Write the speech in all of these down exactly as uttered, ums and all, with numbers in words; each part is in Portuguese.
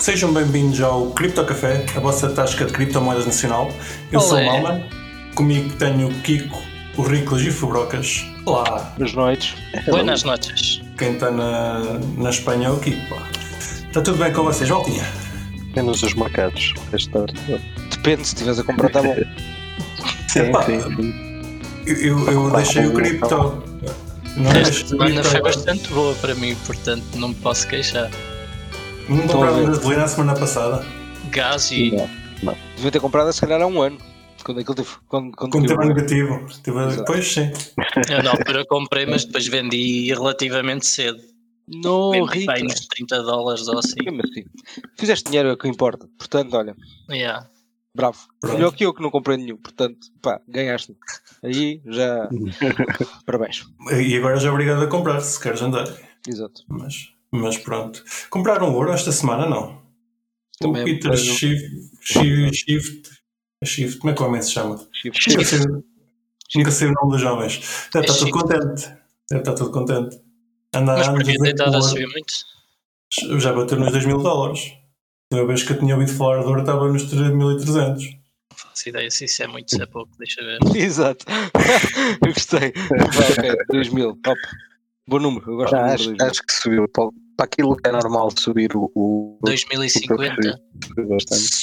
sejam bem-vindos ao Cripto Café, a vossa tasca de criptomoedas nacional. Eu Olé. sou o Malman, comigo tenho o Kiko, o Riclas e o Fubrocas. Olá! Boas noites. Buenas noches. Quem está na, na Espanha é o Kiko. Pá. Está tudo bem com vocês, Voltinha? Menos os mercados. Esta... Depende, se estiveres a comprar está bom. Sim, Epá, sim, sim. Eu, eu, eu deixei o cripto. Não Esta semana foi bastante boa para mim, portanto não me posso queixar. Não compraram gasolina a semana passada? Gás e... Não, não. Devia ter comprado se calhar há um ano. Quando aquilo teve... Quando, quando Quando teve negativo. Teve... Depois sim. Eu na altura comprei, mas depois vendi relativamente cedo. No, vendi bem nos trinta dólares ou assim. assim. Fizeste dinheiro, é o que importa. Portanto, olha... Yeah. Bravo. Pronto. Melhor que eu que não comprei nenhum. Portanto, pá, ganhaste. Aí já... Parabéns. E agora já é obrigado a comprar, se queres andar. Exato. Mas... Mas pronto. Compraram ouro esta semana, não? Também o Peter é Shift, Shift, Shift, Shift, como é que o homem se chama? Shift. Nunca sei, nunca sei o nome dos homens. Deve estar tudo contente. Deve estar tudo contente. Anda, Mas anda, porque tem estado a subir muito? Já bateu nos dois mil dólares. Uma vez que eu tinha ouvido falar de ouro estava nos três mil e trezentos. Não faço ideia se isso é muito, se é pouco, deixa ver. Exato. Eu gostei. Ok, dois mil, top. Bom número, eu gosto ah, do acho, número acho que subiu para, para aquilo que é normal de subir o, o dois mil e cinquenta o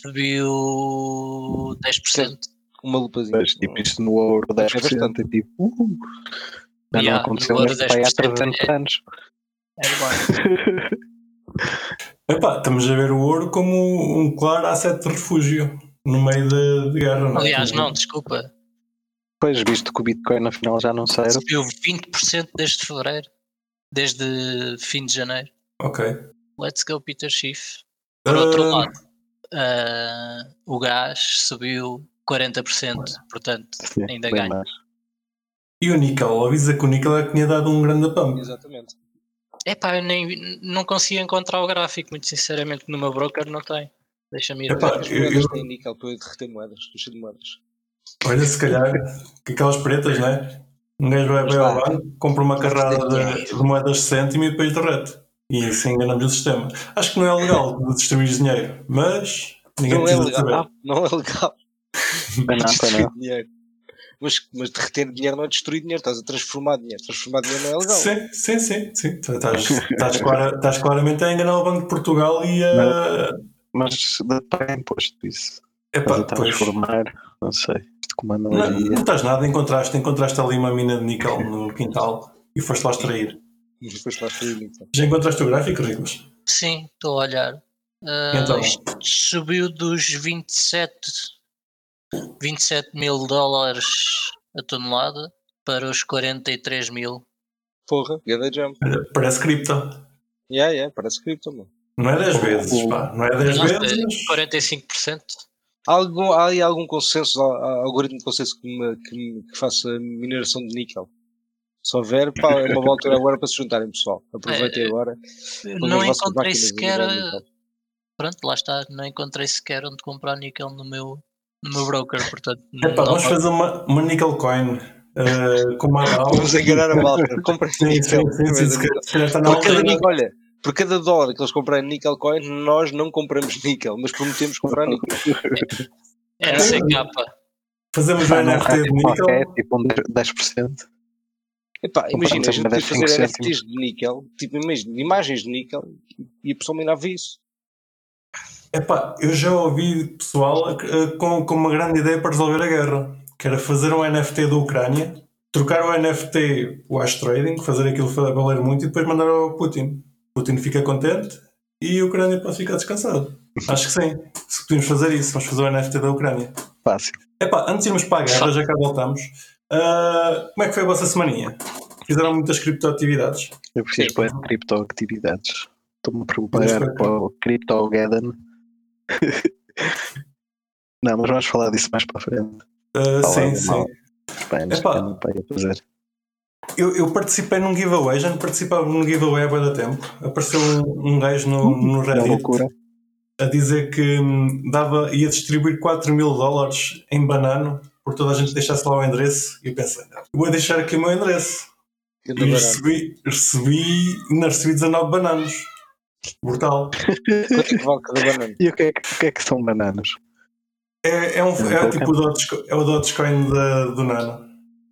subiu dez por cento. Uma lupazinha. Mas, tipo, isto no ouro dez por cento é tipo uh, já yeah, não aconteceu neste pai há trezentos é, anos. É bom. Epá, estamos a ver o ouro como um claro asset de refúgio no meio de, de guerra. Não? Aliás, não, desculpa. Pois, visto que o Bitcoin afinal já não serve. Subiu vinte por cento desde fevereiro, desde fim de janeiro. Ok. Let's go, Peter Schiff. Por uh... outro lado, uh, o gás subiu quarenta por cento, portanto, sim, ainda ganha. Mais. E o níquel? Avisa que o níquel é que tinha dado um grande pump. Exatamente. Epá, eu nem, não consigo encontrar o gráfico, muito sinceramente, no meu broker não tem. Deixa-me ir. Epá, as moedas eu... têm níquel para eu derreter moedas, estou cheio de moedas. Olha, se calhar, que aquelas pretas, não é? Um gajo vai, vai ao banco, compra uma carrada de, de moedas de cêntimo e depois derrete. E assim enganamos o sistema. Acho que não é legal de distribuir dinheiro, mas ninguém não precisa é legal. saber. Ah, não é legal. Não, não, não. Dinheiro. Mas, mas derreter dinheiro não é destruir dinheiro, estás a transformar dinheiro. Transformar dinheiro não é legal. Sim, sim, sim. sim. Estás, estás, clara, estás claramente a enganar o Banco de Portugal e a... Mas dá para imposto isso. Epá, a transformar, não sei. Isto comanda não, não estás nada, encontraste, encontraste ali uma mina de níquel no quintal e foste lá extrair. E foste lá extrair níquel. Já encontraste o gráfico, Riclas? Sim, estou a olhar. Uh, então? Isto subiu dos vinte e sete mil dólares a tonelada para os quarenta e três mil. Porra, get jump. Parece cripto. Yeah, yeah, parece cripto, mano. Não é dez vezes, pá. Não é dez vezes. quarenta e cinco por cento. Há, algum, há aí algum consenso, há algoritmo de consenso que, me, que, que faça mineração de níquel? Se houver, pá, é uma boa altura agora para se juntarem, pessoal. Aproveitem é, agora. Não encontrei sequer. Pronto, lá está. Não encontrei sequer onde comprar níquel no meu, no meu broker, portanto. Epá, vamos fazer uma, uma níquel coin. Uh, com uma vamos enganar a malta. Comprem níquel. Sim, sim, sim, se calhar está na altura. Olha, por cada dólar que eles comprarem níquel coin, nós não compramos níquel, mas prometemos comprar níquel. É essa capa. Fazemos um N F T de níquel. É tipo um dez por cento. Epá, imagina, a gente podia fazer N F Ts de níquel, tipo imagens de níquel, e a pessoa minava isso. Epá, eu já ouvi pessoal uh, com, com uma grande ideia para resolver a guerra, que era fazer um N F T da Ucrânia, trocar o N F T, o hash trading, fazer aquilo valer muito e depois mandar ao Putin. Putin fica contente e a Ucrânia pode ficar descansado. Acho que sim. Se podemos fazer isso, vamos fazer o N F T da Ucrânia. Fácil. Epá, antes de irmos para a guerra, já cá voltamos. Uh, como é que foi a vossa semaninha? Fizeram muitas criptoatividades? Eu preciso para criptoatividades. Estou-me a preparar para o CryptoGeddon. Não, mas vamos falar disso mais para a frente. Uh, sim, sim. Bem, Epá, fazer. Eu, eu participei num giveaway, já não participava num giveaway há muito tempo. Apareceu um, um gajo no, no Reddit a dizer que hum, dava, ia distribuir quatro mil dólares em banano por toda a gente deixasse lá o endereço. E eu pensei, vou deixar aqui o meu endereço. E recebi, recebi, ainda recebi dezanove bananos. Brutal. Quanto é que vale cada banana? E o que é que, o que, é que são bananas? É, é, um, é, é tipo o Dogecoin, é o Dogecoin de, do Nano.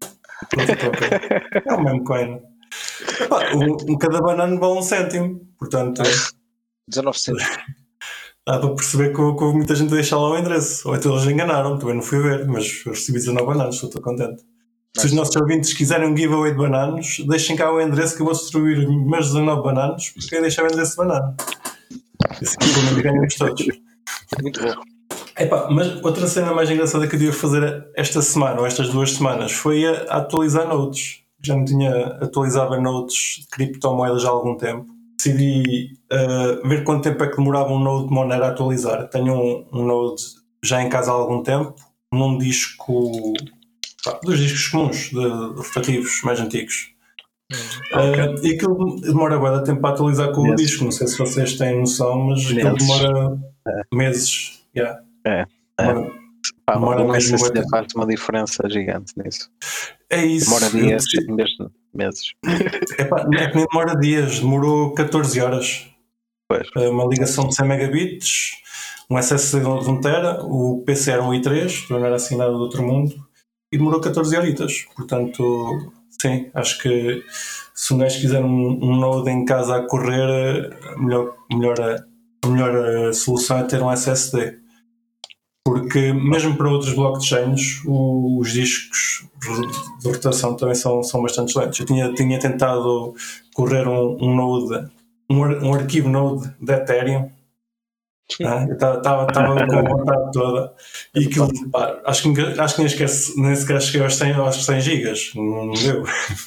É o mesmo coin. Epá, um, um cada banana vale um cêntimo. Portanto, dezanove cêntimos. dá para perceber que houve muita gente a deixar lá o endereço. Ou então eles enganaram, também não fui ver, mas eu recebi dezanove bananas, estou, estou contente. Se os nossos ouvintes quiserem um giveaway de bananos, deixem cá o endereço que eu vou distribuir os meus dezanove bananos, porque eu deixo o endereço de banana. Assim, pelo menos ganhamos todos. Muito bom. Epá, mas outra cena mais engraçada que eu tive a fazer esta semana, ou estas duas semanas, foi a, a atualizar notes. Já não tinha atualizado notes de criptomoedas há algum tempo. Decidi uh, ver quanto tempo é que demorava um node de Monero a atualizar. Tenho um, um node já em casa há algum tempo, num disco, pá, dos discos comuns, de, de rotativos mais antigos. Uh, e aquilo demora bué de tempo para atualizar com Meses. o disco. Não sei se vocês têm noção, mas aquilo Meses. demora É. meses. Yeah. É, é. Demora, Pá, demora não mesmo sei se bué lhe faz uma diferença gigante nisso. É isso. Demora Eu dias preciso- em vez de meses. Epá, não é que nem demora dias, demorou catorze horas. Pois. Uh, Uma ligação de cem megabits, um S S D de um tera, o P C era um i três, não era assim nada do outro mundo, e demorou catorze horitas. Portanto, sim, acho que se um gajo quiser um, um node em casa a correr, a melhor, melhor, a melhor solução é ter um S S D. Porque mesmo para outros blockchains, o- os discos de rotação também são, são bastante lentos. Eu tinha, tinha tentado correr um, um node, um, ar- um arquivo node de Ethereum. Ah, eu estava com a vontade toda e aquilo, pá, acho que, nunca- acho que nem, sequer, nem sequer cheguei aos cem, aos cem gigas, não, não deu.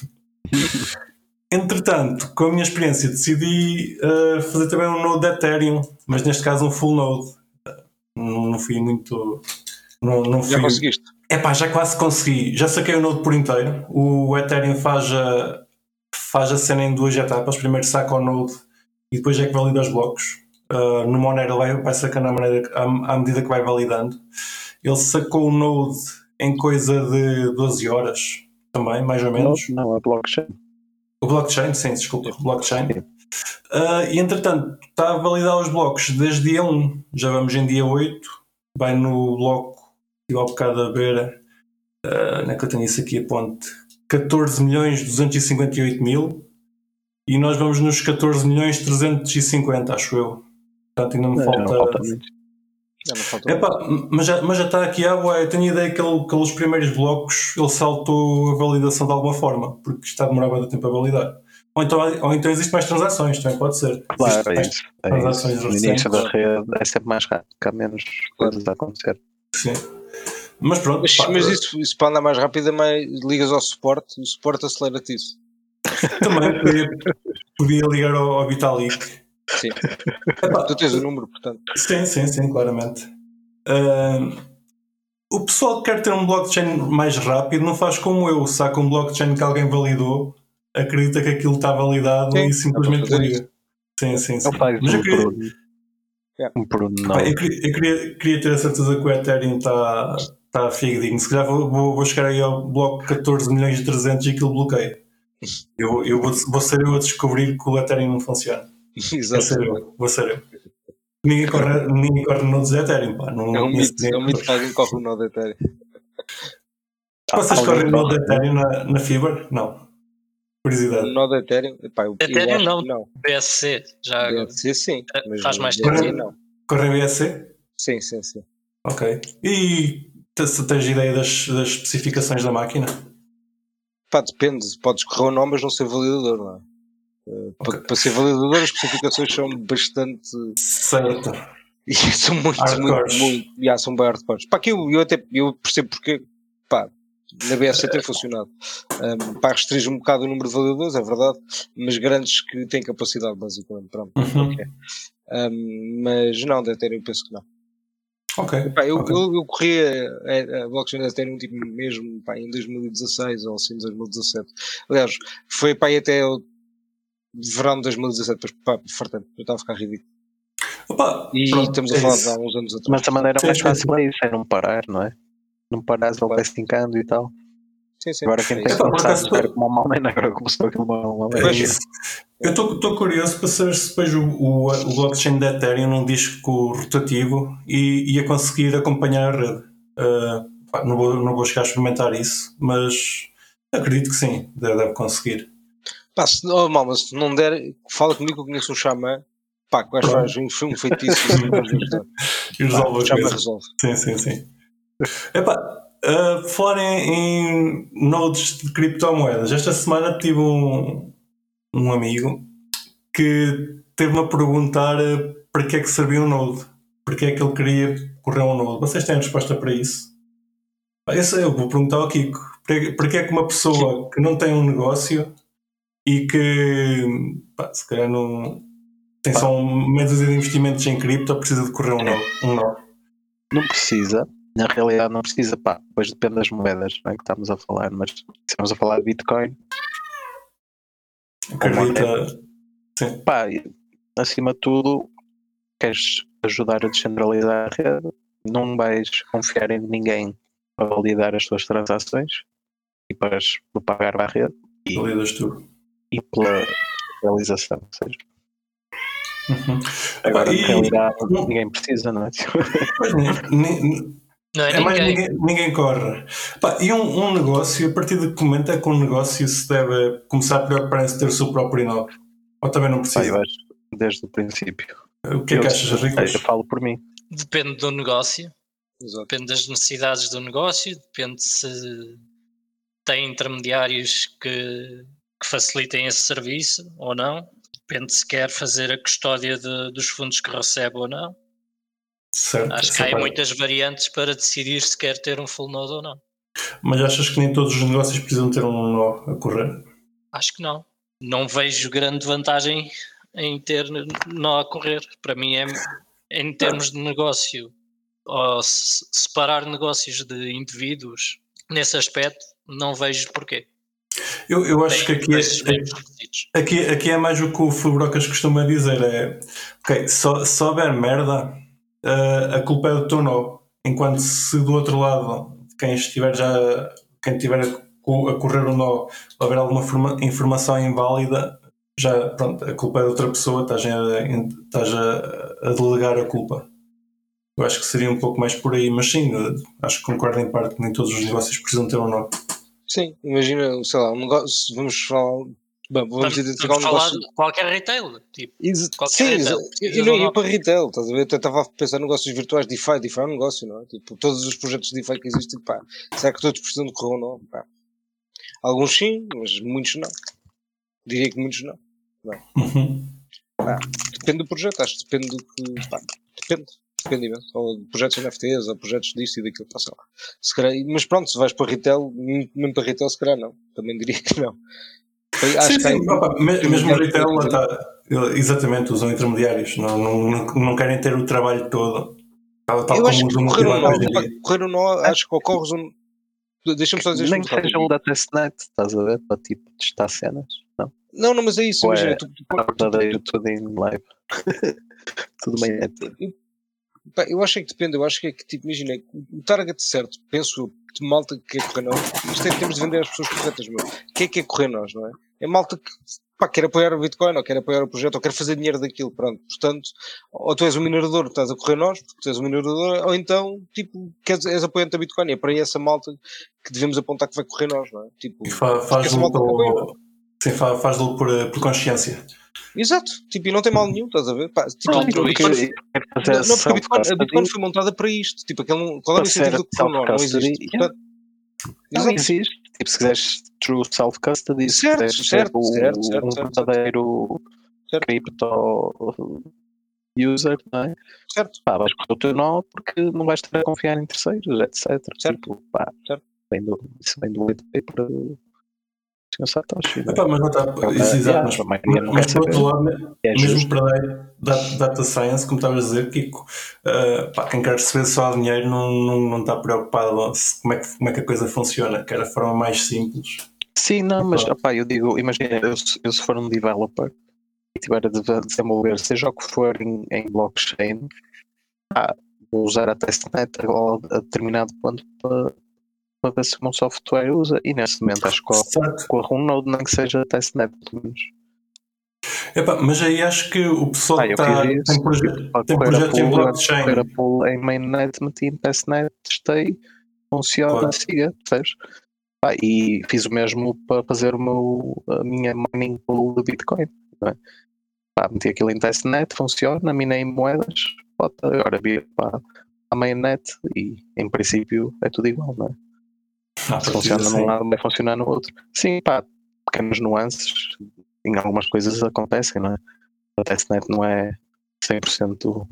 Entretanto, com a minha experiência, decidi uh, fazer também um node de Ethereum, mas neste caso um full node. Não, não fui muito. Não, não Já fui, conseguiste? Epá, já quase consegui. Já saquei o node por inteiro. O Ethereum faz a, faz a cena em duas etapas. Primeiro saca o node e depois é que valida os blocos. Uh, no Monero vai, vai sacando à, maneira, à, à medida que vai validando. Ele sacou o node em coisa de doze horas também, mais ou menos. Não, não, a blockchain. O blockchain, sim, desculpa. O blockchain. Uh, e entretanto, está a validar os blocos desde dia um. Já vamos em dia oito. Vai no bloco, estive há bocado a ver, uh, não é que eu tenho isso aqui a ponte, catorze milhões duzentos e cinquenta e oito mil e nós vamos nos catorze milhões trezentos e cinquenta, acho eu. Portanto, ainda me Não, falta. não falta muito. Já não falta Epá, mas, já, mas já está aqui a água. Eu tenho a ideia que ele, aqueles primeiros blocos ele saltou a validação de alguma forma, porque está a demorar muito tempo a validar. Ou então, ou então existe mais transações, também pode ser. Claro, Existe é mais isso. É transações isso. No início da recentes. rede é sempre mais rápido, porque há menos coisas a acontecer. Sim. Mas pronto, Mas, pá, mas isso, isso para andar mais rápido é mais, ligas ao suporte, o suporte acelera-te isso. também podia, podia ligar ao, ao Vitalik. Sim. Epá, Tu tens o número, portanto. sim, sim, sim, claramente. Uh, o pessoal que quer ter um blockchain mais rápido não faz como eu, saca um blockchain que alguém validou, acredita que aquilo está validado Sim, e simplesmente dá para fazer liga. Sim, sim, sim. Ele faz Mas eu um queria, por um. Yeah. Um por um, não. pá, eu queria, eu queria, queria ter a certeza que o Ethereum está tá fidedigno. Se calhar vou, vou, vou chegar aí ao bloco catorze milhões e trezentos e aquilo bloqueia. Eu, eu vou, vou ser eu a descobrir que o Ethereum não funciona. Vou ser Exato. eu, vou ser eu. Ninguém corre, ninguém corre nodes de Ethereum, pá. Não, É um conheço mito, é um ninguém. mito que alguém corre o nó da Ethereum. Vocês Alguém correm node de corre, Ethereum na, na Fiber? Não. Curiosidade. O nó da Ethereum, epá, eu, eu Ethereum acho não. que não. B S C, já agora. Deve ser sim, mas Faz mais deve tempo. ser não. Correm B S C? Sim, sim, sim. Ok. E tens, tens ideia das, das especificações da máquina? Pá, depende, podes correr o nó, mas não ser validador, não é? Uh, Ok. para, para ser validador, as especificações são bastante. Certo. E são muito, Hardcores. muito, muito. Já, são bem hardcores. Pá, que eu, eu até eu percebo porque. Pá, na B S C tem funcionado. Um, pá, restringe um bocado o número de validadores, é verdade, mas grandes que têm capacidade, basicamente. Pronto, Uhum. ok. Um, mas não, da Ethereum eu penso que não. Ok. Pá, eu, ok. eu, eu corri a, a blockchain da Ethereum tipo, mesmo pá, em dois mil e dezasseis ou assim, dois mil e dezassete. Aliás, foi pá, até o verão de dois mil e dezassete, depois pá, fartando, eu estava a ficar ridículo. Opa, E pronto, estamos a é falar isso. de há uns anos atrás. Mas a maneira Sim, mais sim, fácil é isso, é não parar, não é? Não parares, ele Claro. vai se tincando e tal. Sim, sim. Agora quem É tem isso. Epá, por começado a acaso, jogar como uma almena, agora começou aquilo uma almena. É isso. Eu estou curioso para saber se depois o, o, o blockchain da Ethereum num disco rotativo e ia conseguir acompanhar a rede. Uh, pá, não, vou, não vou chegar a experimentar isso, mas acredito que sim, deve, deve conseguir. Pá, se, oh, Malma, se não der, fala comigo que eu conheço um xamã. Pá, que o gajo faz um, um feitiço e assim vamos ajudar. E resolve O a xamã coisa. resolve. Sim, sim, sim. Epá, uh, falar em, em nodes de criptomoedas, esta semana tive um, um amigo que teve-me a perguntar uh, para que é que servia um node, porque é que ele queria correr um node. Vocês têm resposta para isso? Pá, eu sei, eu vou perguntar ao Kiko, para que é que uma pessoa que não tem um negócio e que pá, se calhar não tem só um meia dúzia de investimentos em cripto precisa de correr um node? Um node. Não precisa, na realidade não precisa, pá, depois depende das moedas, não é, que estamos a falar, mas se estamos a falar de Bitcoin, Acredita? Sim. pá, acima de tudo, queres ajudar a descentralizar a rede, não vais confiar em ninguém para validar as tuas transações e para pagar a rede e, Validas tu. e pela realização, ou seja, Uhum. agora E- na realidade não- ninguém precisa, não é? Pois, nem- nem- Não é, é mais ninguém. ninguém, ninguém corre. Pá, e um, um negócio, a partir de que momento é que um negócio se deve começar a preocupar em se ter o seu próprio nome? Ou também não Pá, precisa? eu acho desde o princípio. O que é que Eu- achas, Riclas? Eu falo por mim. Depende do negócio, Exato. depende das necessidades do negócio, depende se tem intermediários que, que facilitem esse serviço ou não, depende se quer fazer a custódia de, dos fundos que recebe ou não. Certo, Acho que essa há aí parte. muitas variantes para decidir se quer ter um full node ou não. Mas achas que nem todos os negócios precisam ter um nó a correr? Acho que não. Não vejo grande vantagem em ter nó a correr. Para mim é em termos de negócio, ou se- separar negócios de indivíduos nesse aspecto, não vejo porquê. Eu, eu acho que Tem aqui depois os é, mesmos requisitos. aqui, aqui é mais o que o Fubrocas costuma dizer: é ok, só, se houver merda, uh, a culpa é do teu nó. Enquanto se do outro lado, quem estiver já, quem estiver a, a correr o nó, houver alguma forma, informação inválida, já pronto, a culpa é de outra pessoa, estás a, estás a, a delegar a culpa. Eu acho que seria um pouco mais por aí, mas sim, acho que concordo em parte que nem todos os negócios precisam ter um nó. Sim, imagina, sei lá, um negócio, vamos falar, bem, vamos Vamos, identificar um vamos falar negócio. de qualquer retail. Tipo, Exa- qualquer Sim, retail. exa- Precisas e não ou não? ia para retail, estás a ver? Eu estava a pensar em negócios virtuais, DeFi, DeFi é um negócio, não é? Tipo, todos os projetos de DeFi que existem, pá, será que todos precisam de correr ou não? Pá. Alguns sim, mas muitos não. Diria que muitos não. Uhum. Pá, depende do projeto, acho que depende do que. Pá, depende. Depende imenso. Ou de projetos N F Ts, ou projetos disto e daquilo, passa lá. Se calhar, mas pronto, se vais para retail, mesmo para retail, se calhar não. Também diria que não. Acho Sim, que há sim, opa, me- mesmo o intermediários retail para lá está, exatamente, usam intermediários, não, não, não, não querem ter o trabalho todo, tal, tal Eu acho como que usam correr um multibanco nó, hoje em pá, dia. correr um nó, acho que ocorres um. Deixa-me só dizer isto Nem muito que seja rápido. um da testnet, estás a ver? Para tipo testar cenas. Não? Não, não, mas é isso, Ou imagina. é Tu, tu, a tu, tu, verdadeira tudo em live. Tudo bem é. eu, pá, eu acho é que depende, eu acho que é que, tipo, imagina, o target certo, penso eu, de malta que quer correr nós, isto é que temos de vender às pessoas corretas, meu. O que é que é correr nós, não é? É malta que, pá, quer apoiar o Bitcoin, ou quer apoiar o projeto, ou quer fazer dinheiro daquilo, pronto. Portanto, ou tu és um minerador, estás a correr nós, porque tu és um minerador, ou então, tipo, queres, és apoiante da Bitcoin, e é para essa malta que devemos apontar que vai correr nós, não é? Tipo, E fa, porque faz essa lo malta que apoia, não é? pelo, sim, fa, faz-lo por, por consciência. Exato, tipo, e não tem mal nenhum, estás a ver? Pá, tipo, Pronto, o porque- Bitcoin, Quer fazer não, não, porque a Bitcoin, a Bitcoin self-custody, foi montada para isto. Tipo, aquele, não- qual era o para ser incentivo do que não, não self-custody, existe. Portanto, não exato. existe. Tipo, se quiseres true self-custody, se Certo, quiseres ser certo, o- certo, certo, um certo, verdadeiro certo. cripto user, não é? Certo, Pá, vais com o teu nó porque não vais estar a confiar em terceiros, etcétera. Certo. Tipo, pá, Certo. vem do, isso vem do white paper do senhor Satoshi, não é? Epá, mas não está, Agora, isso, exato, yeah, mas, a maioria não mas quer por outro saber. lado, me- É mesmo justo. para a data, data science, como estavas a dizer, Kiko, uh, pá, quem quer receber só dinheiro não, não, não está preocupado se, como, é que, como é que a coisa funciona, quer a forma mais simples. Sim, não, mas Pronto. opá, eu digo, imagina, eu, se- eu se for um developer e tiver a deve- desenvolver, seja o que for em, em blockchain, ah, vou usar a testnet ou a determinado ponto para para ver se o meu software usa, e nesse momento acho que Certo. corre um node, nem que seja testnet, pelo menos. Epá, mas aí acho que o pessoal Ah, que eu tá, fiz isso, tem, proje para tem correr a projetos em pool, antes de correr a blockchain. pool em mainnet, meti em testnet, testei, funciona, Claro. siga, percebes? Ah, e fiz o mesmo para fazer o meu, a minha mining pool de Bitcoin. Não é? Pá, meti aquilo em testnet, funciona, minei moedas, pode agora vir para a mainnet e em princípio é tudo igual, não é? Ah, Se funciona num lado, vai funcionar no outro. Sim, pá, pequenas nuances, em algumas coisas acontecem, não é? A testnet não é cem por cento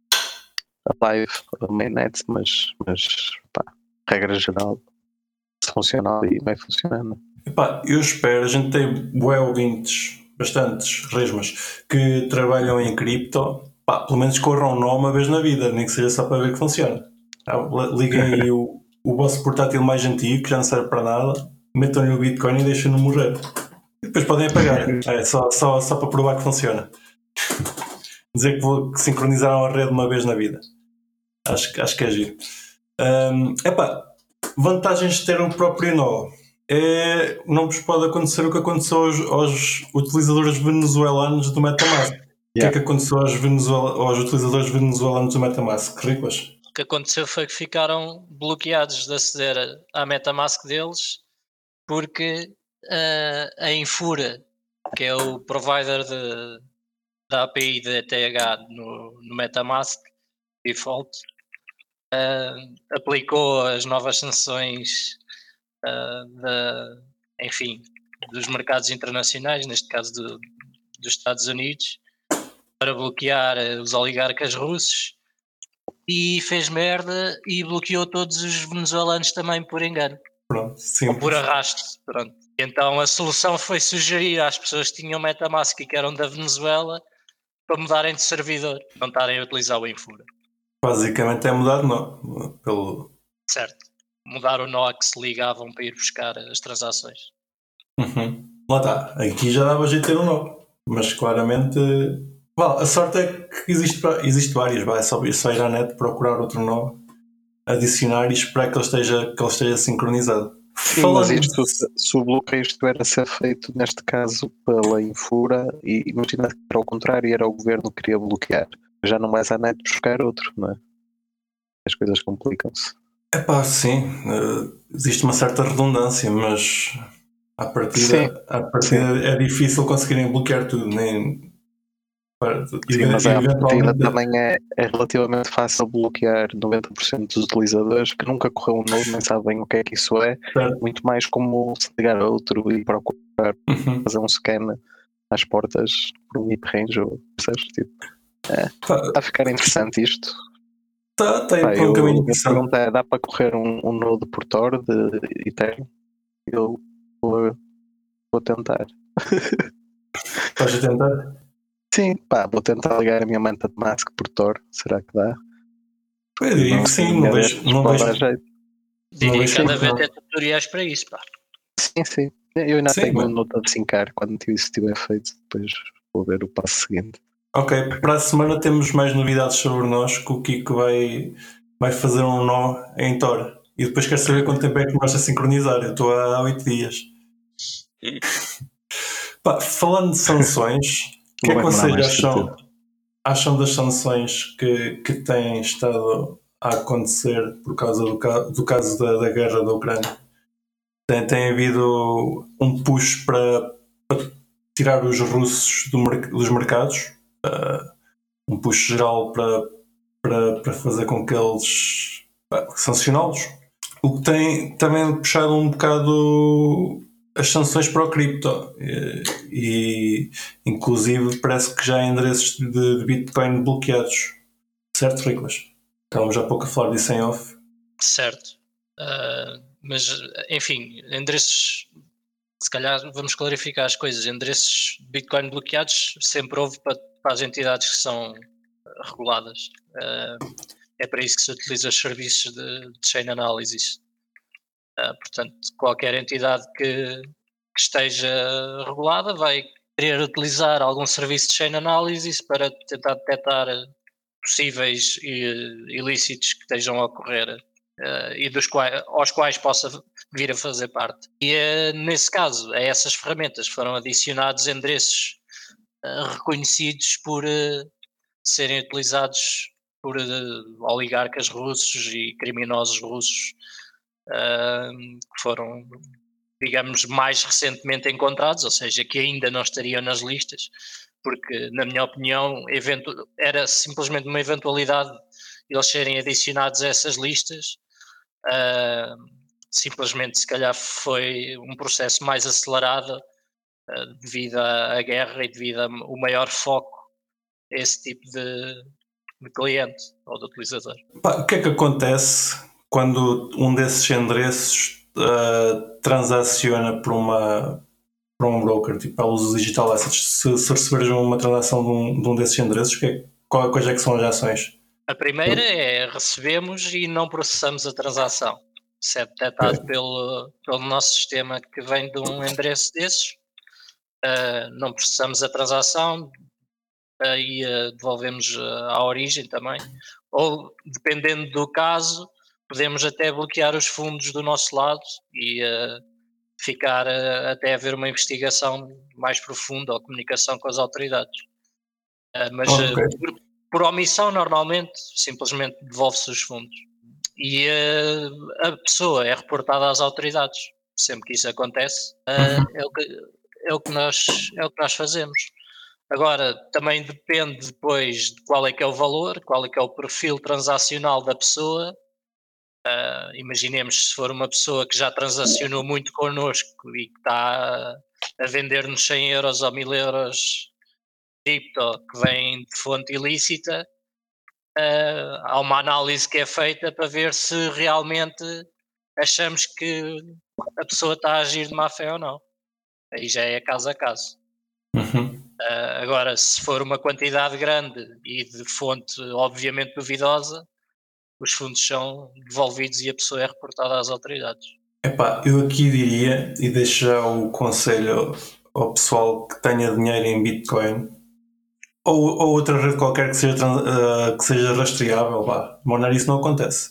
a live, a mainnet, mas, mas pá, regra geral, se funciona ali, vai funcionando. Epá, eu espero, a gente tem bué ouvintes, bastantes resmas, que trabalham em cripto, pá, pelo menos corram nó uma vez na vida, nem que seja só para ver que funciona. Ah, liguem aí o, o vosso portátil mais antigo, que já não serve para nada, metam-lhe o Bitcoin e deixem-no morrer. E depois podem apagar, é só, só, só para provar que funciona. Dizer que, vou, que sincronizaram a rede uma vez na vida. Acho, acho que é giro. Um, epá, vantagens de ter um próprio nó. É, não vos pode acontecer o que aconteceu aos, aos utilizadores venezuelanos do MetaMask. Yeah. O que é que aconteceu aos, Venezuela, aos utilizadores venezuelanos do MetaMask? Riclas? O que aconteceu foi que ficaram bloqueados de aceder à MetaMask deles porque uh, a Infura, que é o provider de, da A P I de E T H no, no MetaMask default, uh, aplicou as novas sanções uh, de, enfim, dos mercados internacionais, neste caso do, dos Estados Unidos, para bloquear os oligarcas russos, e fez merda e bloqueou todos os venezuelanos também por engano. Pronto, ou por arrasto. Pronto. Então a solução foi sugerir às pessoas que tinham MetaMask e que eram da Venezuela para mudarem de servidor, não estarem a utilizar o Infura. Basicamente é mudar de nó. Pelo... Certo. Mudar o nó que se ligavam para ir buscar as transações. Uhum. Lá está. Aqui já dava jeito de ter um nó. Mas claramente... Well, a sorte é que existe, existe várias. Vai, é só, é só ir à net procurar outro nó, adicionar e esperar que ele esteja, que ele esteja sincronizado. Sim, Falando mas isto, de... se o bloqueio estiver a ser feito, neste caso, pela Infura, e imagina que era ao contrário, era o governo que queria bloquear. Já não vais à net buscar outro, não é? As coisas complicam-se. É pá, sim. Uh, existe uma certa redundância, mas à partida, à partida é difícil conseguirem bloquear tudo. Nem... Sim, mas a partida também é, é relativamente fácil bloquear noventa por cento dos utilizadores que nunca correu um node, nem sabem o que é que isso é. Certo. Muito mais como se ligar a outro e procurar uhum. fazer um scan às portas por um I P range ou percebes? Tipo, é, está a ficar interessante isto. Está, está aí por um caminho interessante. A pergunta é, dá para correr um, um node por Tor de Ethereum? Eu vou, vou tentar. Estás a tentar? Sim, pá, vou tentar ligar a minha manta de mask por Tor. Será que dá? Eu diria não, que sim, não vejo. Não vejo. Jeito. Diria que cada vez tem tutoriais para isso, pá. Sim, sim. Eu ainda sim, tenho uma nota de cincar quando isso estiver feito. Depois vou ver o passo seguinte. Ok, para a semana temos mais novidades sobre nós, que o Kiko vai, vai fazer um nó em Tor. E depois quero saber quanto tempo é que vais a sincronizar. Eu estou há oito dias. Pá, falando de sanções, o que é que vocês acham, acham das sanções que, que têm estado a acontecer por causa do, do caso da, da guerra da Ucrânia? Tem, tem havido um push para, para tirar os russos do, dos mercados, uh, um push geral para, para, para fazer com que eles uh, sancioná-los, o que tem também puxado um bocado as sanções para o cripto e, e inclusive parece que já há endereços de, de Bitcoin bloqueados, certo, Riclas? Estávamos há pouco a falar disso em off. Certo, uh, mas enfim, endereços, se calhar vamos clarificar as coisas, endereços de Bitcoin bloqueados sempre houve para, para as entidades que são reguladas, uh, é para isso que se utiliza os serviços de, de chain analysis. Uh, portanto, qualquer entidade que, que esteja regulada vai querer utilizar algum serviço de chain analysis para tentar detectar possíveis ilícitos que estejam a ocorrer uh, e dos quais, aos quais possa vir a fazer parte. E uh, nesse caso, a essas ferramentas foram adicionados endereços uh, reconhecidos por uh, serem utilizados por uh, oligarcas russos e criminosos russos uh, que foram, digamos, mais recentemente encontrados, ou seja, que ainda não estariam nas listas, porque, na minha opinião, era simplesmente uma eventualidade eles serem adicionados a essas listas. Uh, simplesmente, se calhar, foi um processo mais acelerado uh, devido à, à guerra e devido ao maior foco a esse tipo de, de cliente ou de utilizador. O que é que acontece quando um desses endereços uh, transaciona por uma... para um broker, tipo a Luz Digital Assets? Se, se receberes uma transação de um, de um desses endereços, que é, qual coisa é que são as ações? A primeira é recebemos e não processamos a transação. Se é detectado okay. pelo, pelo nosso sistema que vem de um endereço desses, uh, não processamos a transação uh, e uh, devolvemos uh, à origem também. Ou, dependendo do caso, podemos até bloquear os fundos do nosso lado e uh, ficar uh, até haver uma investigação mais profunda ou comunicação com as autoridades. Uh, mas okay. uh, por, por omissão, normalmente, simplesmente devolve-se os fundos. E uh, a pessoa é reportada às autoridades. Sempre que isso acontece, uh, uhum. é, o que, é, o que nós, é o que nós fazemos. Agora, também depende depois de qual é que é o valor, qual é que é o perfil transacional da pessoa. Uh, imaginemos se for uma pessoa que já transacionou muito connosco e que está a vender-nos cem euros ou mil euros cripto que vem de fonte ilícita, uh, há uma análise que é feita para ver se realmente achamos que a pessoa está a agir de má fé ou não. Aí já é caso a caso. Uhum. Uh, agora, se for uma quantidade grande e de fonte obviamente duvidosa, os fundos são devolvidos e a pessoa é reportada às autoridades. Epá, eu aqui diria, e deixo já o conselho ao pessoal que tenha dinheiro em Bitcoin ou, ou outra rede qualquer que seja, uh, que seja rastreável, vá, Monero isso não acontece,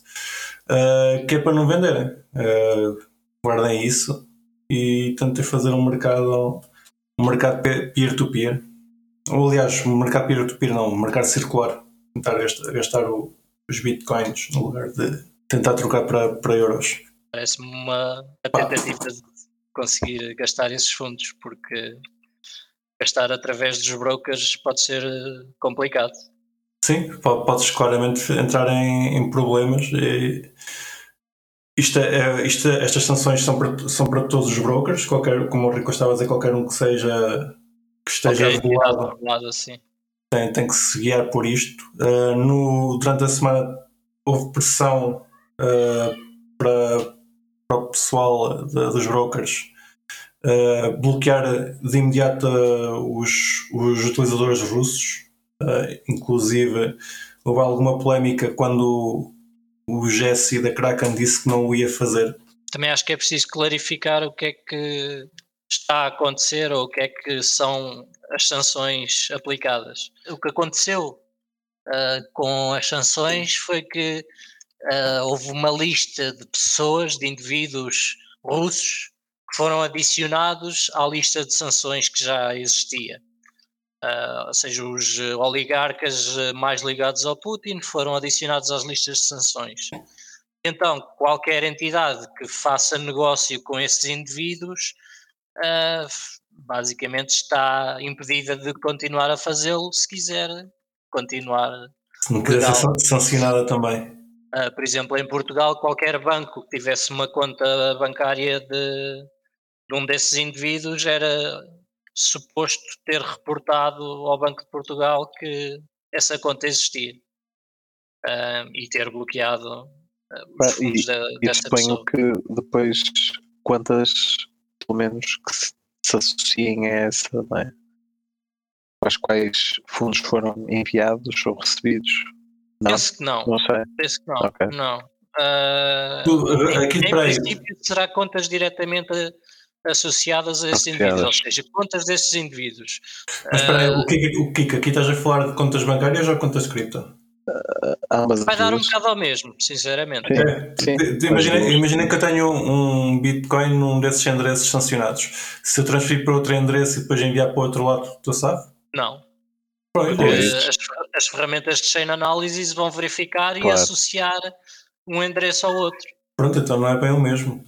uh, que é para não venderem. Uh, guardem isso e tentem fazer um mercado um mercado peer-to-peer, ou aliás, um mercado peer-to-peer não, um mercado circular, tentar gastar, gastar o, os bitcoins no lugar de tentar trocar para, para euros. Parece-me uma tentativa ah. de conseguir gastar esses fundos, porque gastar através dos brokers pode ser complicado. Sim, podes claramente entrar em, em problemas. E isto é, isto é, estas sanções são para, são para todos os brokers, qualquer, como o Rico estava a dizer, qualquer um que seja que esteja okay, regulado, regulado assim. tem, tem que se guiar por isto. Uh, no, durante a semana houve pressão uh, para, para o pessoal de, dos brokers uh, bloquear de imediato uh, os, os utilizadores russos. Uh, inclusive houve alguma polémica quando o Jesse da Kraken disse que não o ia fazer. Também acho que é preciso clarificar o que é que está a acontecer ou o que é que são as sanções aplicadas. O que aconteceu uh, com as sanções foi que uh, houve uma lista de pessoas, de indivíduos russos que foram adicionados à lista de sanções que já existia. Uh, ou seja, os oligarcas mais ligados ao Putin foram adicionados às listas de sanções. Então, qualquer entidade que faça negócio com esses indivíduos uh, basicamente está impedida de continuar a fazê-lo se quiser continuar. Se não quiser ser sancionada também. Uh, por exemplo, em Portugal, qualquer banco que tivesse uma conta bancária de, de um desses indivíduos era suposto ter reportado ao Banco de Portugal que essa conta existia uh, e ter bloqueado uh, os fundos e, da, e dessa pessoa. que depois contas, pelo menos, que se, se associem a essa, não é? As quais fundos foram enviados ou recebidos? Não? Penso que não. Não sei. Penso que não. Okay. não. Uh, tu, aqui em, em princípio será contas diretamente associadas a esses indivíduos, ou seja, contas desses indivídudos. Mas espera aí, uh, o que, o que aqui estás a falar de contas bancárias ou contas de cripto? ambas Vai as dar um duas. bocado ao mesmo, sinceramente. Sim. É, Sim. de- de- imagina, imagina que eu tenho um Bitcoin num desses endereços sancionados. Se eu transferir para outro endereço e depois enviar para o outro lado, tu sabes? Não. Pois, Porque é isso. as, as ferramentas de chain analysis vão verificar e Claro. associar um endereço ao outro. Pronto, então não é bem o mesmo.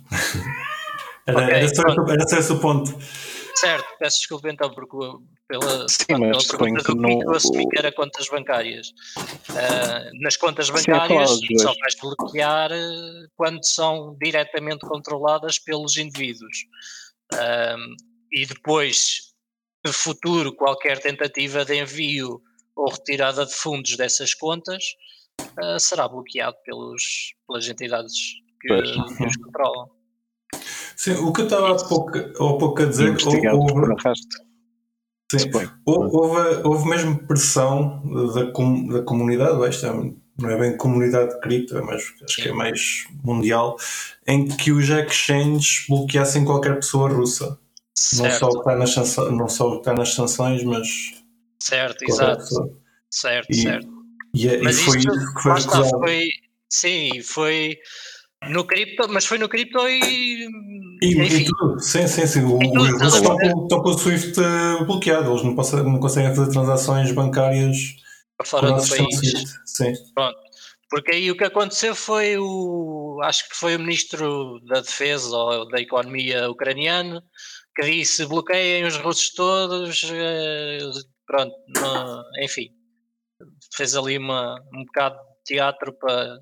Era, Ok, era, só, pronto. era só esse o ponto. Certo, peço desculpa então porque, pela, Sim, pela mas suponho pergunta que do Kiko, não- eu assumi que era contas bancárias. Ah, nas contas Sim, é bancárias falar dos dois. só vais bloquear eh, quando são diretamente controladas pelos indivíduos. Ah, e depois, de futuro, qualquer tentativa de envio ou retirada de fundos dessas contas ah, será bloqueado pelos, pelas entidades que, Pois. que os controlam. Sim, o que eu estava há pouco, há pouco a dizer, Investigado por houve, arrasto. sim, Suponho. houve, houve, houve mesmo pressão da, com, da comunidade, isto é, não é bem comunidade de cripto, mas acho que é mais mundial, em que os exchanges bloqueassem qualquer pessoa russa. Não só, o que Certo, está nas sanções, não só o que está nas sanções, mas certo, qualquer exato. pessoa. Certo, E, certo. e, é- e Mas foi isso, isso que foi lá está, acusado. foi, sim, foi no cripto, mas foi no cripto e, E, enfim, e tudo, sim, sim, sim. O, em tudo, os estás russos a estão ver? com, estão com o SWIFT eh, bloqueado, eles não, possam, não conseguem fazer transações bancárias com o Fora do nosso sistema país. SWIFT. Sim. Pronto. Porque aí o que aconteceu foi o, acho que foi o ministro da Defesa ou da Economia ucraniano que disse bloqueiem os russos todos, eh, pronto, não- enfim, fez ali uma, um bocado de teatro para,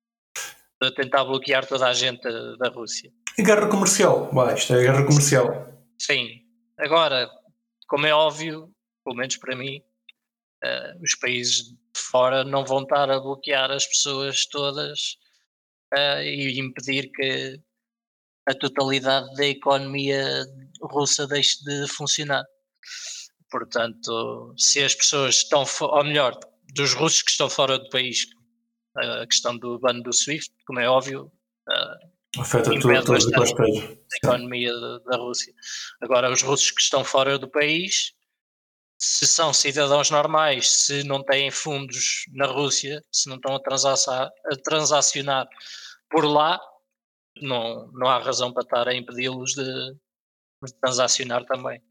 para tentar bloquear toda a gente da, da Rússia. E guerra comercial, vai, isto é guerra comercial. Sim, agora, como é óbvio, pelo menos para mim, eh, os países de fora não vão estar a bloquear as pessoas todas eh, e impedir que a totalidade da economia russa deixe de funcionar. Portanto, se as pessoas estão, fo- ou melhor, dos russos que estão fora do país, a questão do bano do SWIFT, como é óbvio, eh, Afeta tudo, impede todos os bastante aspectos. a economia da, da Rússia. Agora, os russos que estão fora do país, se são cidadãos normais, se não têm fundos na Rússia, se não estão a, transacionar, a transacionar por lá, não, não há razão para estar a impedi-los de, de transacionar também.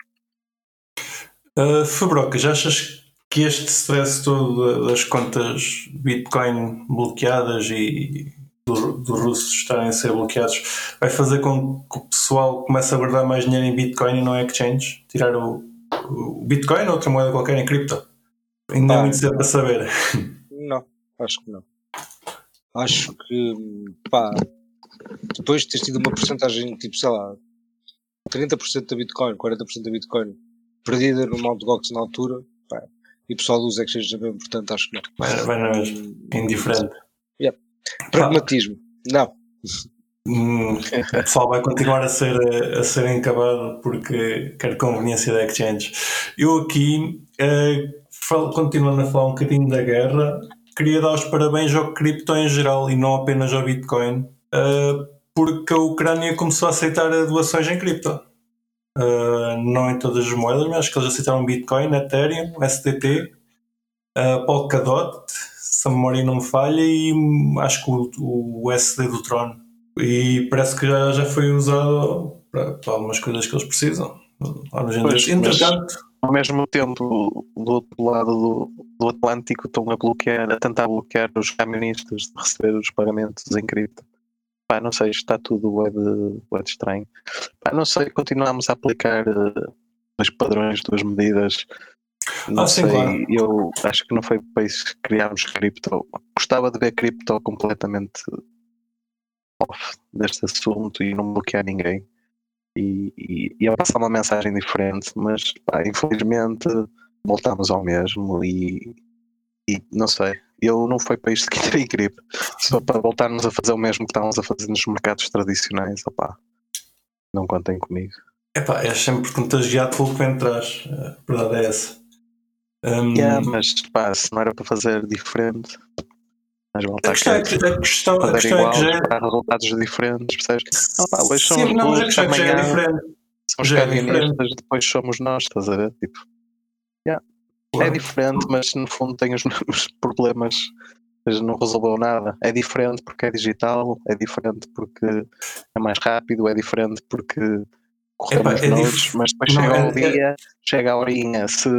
Uh, Fabroca, já achas que este stress todo das contas Bitcoin bloqueadas e dos do russos estarem a ser bloqueados vai fazer com que o pessoal comece a guardar mais dinheiro em Bitcoin e não exchange? Tirar o, o Bitcoin ou outra moeda qualquer em cripto? Ainda é Pá, muito cedo para saber. Não, acho que não. Acho que, pá, depois de teres tido uma porcentagem, tipo, sei lá, trinta por cento da Bitcoin, quarenta por cento da Bitcoin perdida no Mt. Gox na altura, pá, e o pessoal dos exchanges também, portanto, acho que não. Vai, vai na mesma. É indiferente. Pragmatismo, não. Hum, o pessoal vai continuar a ser, a ser encabado porque quer conveniência da exchange. Eu aqui, uh, falo, continuando a falar um bocadinho da guerra, queria dar os parabéns ao cripto em geral e não apenas ao Bitcoin, uh, porque a Ucrânia começou a aceitar doações em cripto. Uh, não em todas as moedas, mas acho que eles aceitaram Bitcoin, Ethereum, S D T, uh, Polkadot, se a memória não me falha, e acho que o, o U S D do Tron. E parece que já, já foi usado para, para algumas coisas que eles precisam. Pois, Entretanto, ao mesmo tempo, do outro lado do, do Atlântico, estão a bloquear, a tentar bloquear os camionistas de receber os pagamentos em cripto. Pá, não sei, está tudo web, web estranho. Pá, não sei, continuamos a aplicar uh, dois padrões, duas medidas. Não Ah, sim, sei, claro. eu acho que não foi para isso que criámos cripto. Gostava de ver cripto completamente off deste assunto e não bloquear ninguém. E, e, e a passar uma mensagem diferente, mas pá, infelizmente voltamos ao mesmo e, e não sei, eu não foi para isto que entrei em cripto, só para voltarmos a fazer o mesmo que estávamos a fazer nos mercados tradicionais. Opá, não contem comigo. Epá, és sempre contagiado pelo que vem de trás. A verdade é essa. Um, Yeah, mas pá, se não era para fazer diferente, mas voltar a questão, é que, a questão, a fazer questão igual, é que já é... esperar resultados diferentes, percebes? Não, pá, hoje são Sim, os não, mas a russos, questão é que já é amanhã diferente. são os Já é camionistas, diferente. depois somos nós, estás a ver? Tipo, yeah. Claro. É diferente, mas no fundo tem os mesmos problemas, mas não resolveu nada. É diferente porque é digital, é diferente porque é mais rápido, é diferente porque corremos Epá, é nodes, dif- mas depois não, chega é- ao dia, chega a horinha, se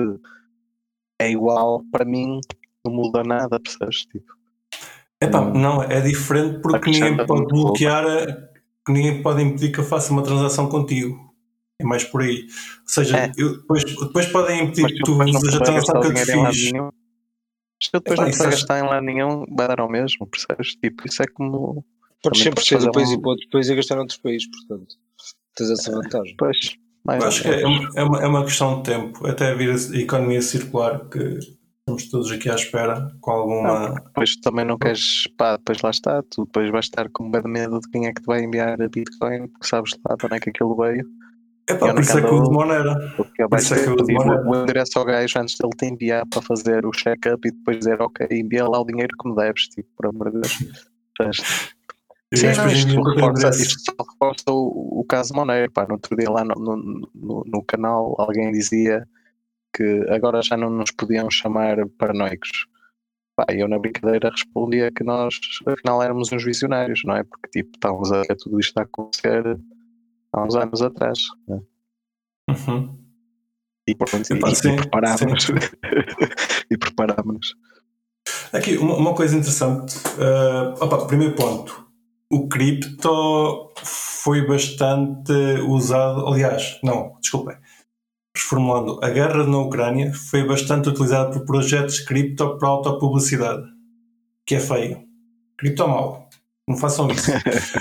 é igual, para mim não muda nada, percebes? Tipo, Epá, não não, é diferente porque ninguém acrescenta pode muito pouco. bloquear, a- que ninguém pode impedir que eu faça uma transação contigo. É mais por aí. Ou seja, É. eu- depois, depois podem impedir Mas que se eu tu depois não uses a puder transação gastar o que eu te dinheiro em lado fiz. nenhum, se eu depois Epá, não isso puder acho- gastar em lado nenhum, vai dar ao mesmo, percebes? Tipo, isso é como. Podes também sempre podes ser de fazer um país um- e para outro país e gastar noutros países, portanto, tens essa vantagem. Pois, mais eu ou acho que é menos. uma, é, uma, é uma questão de tempo, até vir a economia circular, que estamos todos aqui à espera com Não, alguma. depois também não queres, pá, depois lá está, tu depois vais estar com bem medo de quem é que te vai enviar a Bitcoin, porque sabes lá de onde é que aquilo veio. Epá, E por onde é isso que é que eu uso andou, Monera. o que Por vais isso é que ter eu que uso pedir o, Monera. o endereço ao gajo antes dele te enviar para fazer o check-up e depois dizer, ok, envia lá o dinheiro que me deves, tipo, por amor de Deus. Portanto, E os sim, gajos não, depois isto enviam para o teu reforça, endereço. isto só reforça o, o caso Monero, pá, no outro dia lá no, no, no, no canal alguém dizia que agora já não nos podiam chamar paranoicos. Pá, eu na brincadeira respondia que nós afinal éramos uns visionários, não é? Porque tipo, estávamos a ver tudo isto a acontecer há uns anos atrás, né? Uhum. E pronto, Epá, e, sim, e preparámos-nos. sim. e preparámos-nos. Aqui, uma, uma coisa interessante. Uh, opa, primeiro ponto. O cripto foi bastante usado. Aliás, não, desculpem. Reformulando, a guerra na Ucrânia foi bastante utilizada por projetos cripto para autopublicidade. Que é feio. Cripto mau. Não façam isso.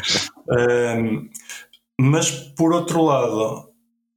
um, mas, por outro lado,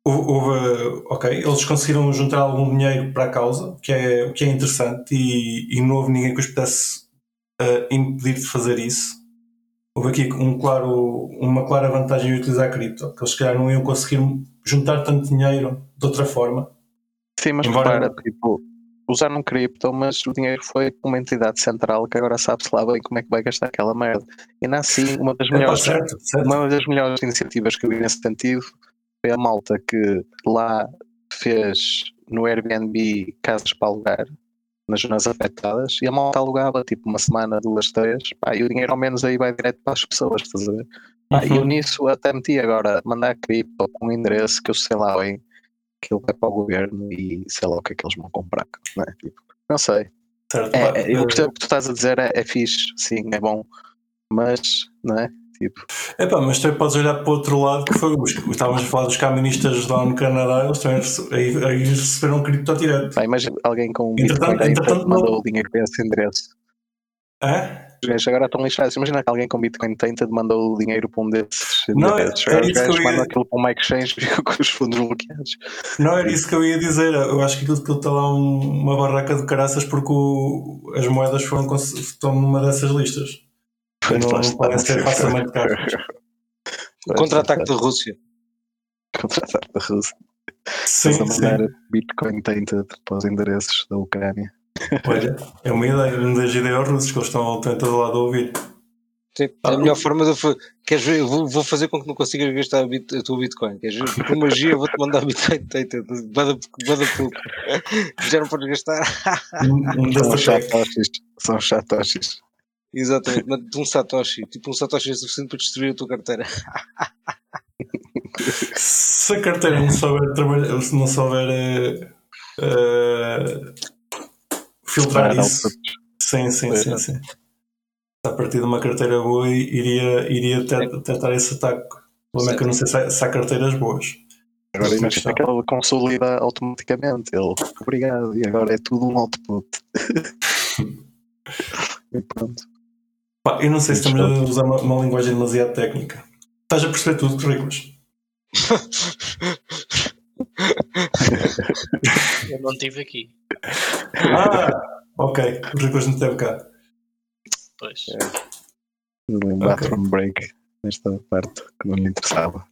houve, ok, eles conseguiram juntar algum dinheiro para a causa, que é, que é interessante, e, e não houve ninguém que os pudesse uh, impedir de fazer isso. Houve aqui um claro, uma clara vantagem em utilizar a cripto, que eles se calhar não iam conseguir juntar tanto dinheiro de outra forma. Sim, mas Embora- repara, tipo, usaram um cripto, mas o dinheiro foi para uma entidade central que agora sabe-se lá bem como é que vai gastar aquela merda. E ainda assim, uma das É pá, melhores, certo, certo. uma das melhores iniciativas que eu vi nesse sentido foi a malta que lá fez no Airbnb casas para alugar nas zonas afetadas e a malta alugava tipo uma semana, duas, três, pá, e o dinheiro ao menos aí vai direto para as pessoas, estás a ver? Pá, e eu Uhum. nisso até meti agora mandar cripto com um endereço que eu sei lá bem que ele vai para o governo e sei lá o que é que eles vão comprar, não é? Tipo, não sei. Certo, É, pá, é, eu uh, percebo o que tu estás a dizer, é, é fixe, sim, é bom, mas, não é? Tipo, epá, mas também podes olhar para o outro lado, que foi os, estávamos a falar dos caministas lá no Canadá, eles também rece- aí, aí receberam cripto direto. pá, imagina alguém com um Entretanto- Bitcoin aí entretanto, mandou não- o dinheiro para esse endereço. É? Os gajos agora estão lixados. Imagina que alguém com Bitcoin tenta de mandou o dinheiro para um desses Não, endereços. é Agora os isso que gajos eu ia- mandam aquilo para uma exchange e ficam com os fundos bloqueados. Não era isso que eu ia dizer. Eu acho que aquilo, aquilo está lá um- uma barraca de caraças porque o- as moedas foram, cons- estão numa dessas listas. E Pois não, lá não está. podem ser facilmente cartas. O contra-ataque da Rússia. Contra-ataque da Rússia. Sim, Estás a mandar sim. Bitcoin tainted para os endereços da Ucrânia. Olha, é uma ideia. Não deixe ideia aos russos que eles estão, estão em todo lado a ouvir. Sim, Ah, a melhor o- forma de fa- queres ver, eu vou, vou fazer com que não consigas gastar a, bit, a tua Bitcoin. Queres ver? Por magia, eu vou-te mandar Bitcoin tainted. Bada, bada pouco. Já não podes gastar. Um, um São desse os attack. satoshis. São os satoshis. Exatamente, manda-te um Satoshi. Tipo um Satoshi é suficiente para destruir a tua carteira. Se a carteira não souber trabalhar, se não souber eh, eh, filtrar Separar isso, outputs. sim, sim, Pois sim, é. sim. A partir de uma carteira boa iria, iria ter- tentar esse ataque. O problema é que eu não sei se há, se há carteiras boas. Agora Outra imagina questão. que ele consolida automaticamente. Ele, obrigado. E agora é tudo um output. E pronto. Pá, eu não sei se estamos a usar uma, uma linguagem demasiado técnica. Estás a perceber tudo, currículos? Eu não estive aqui. Ah, ok. O currículos não teve cá. Pois. Um bathroom break nesta parte que não lhe interessava.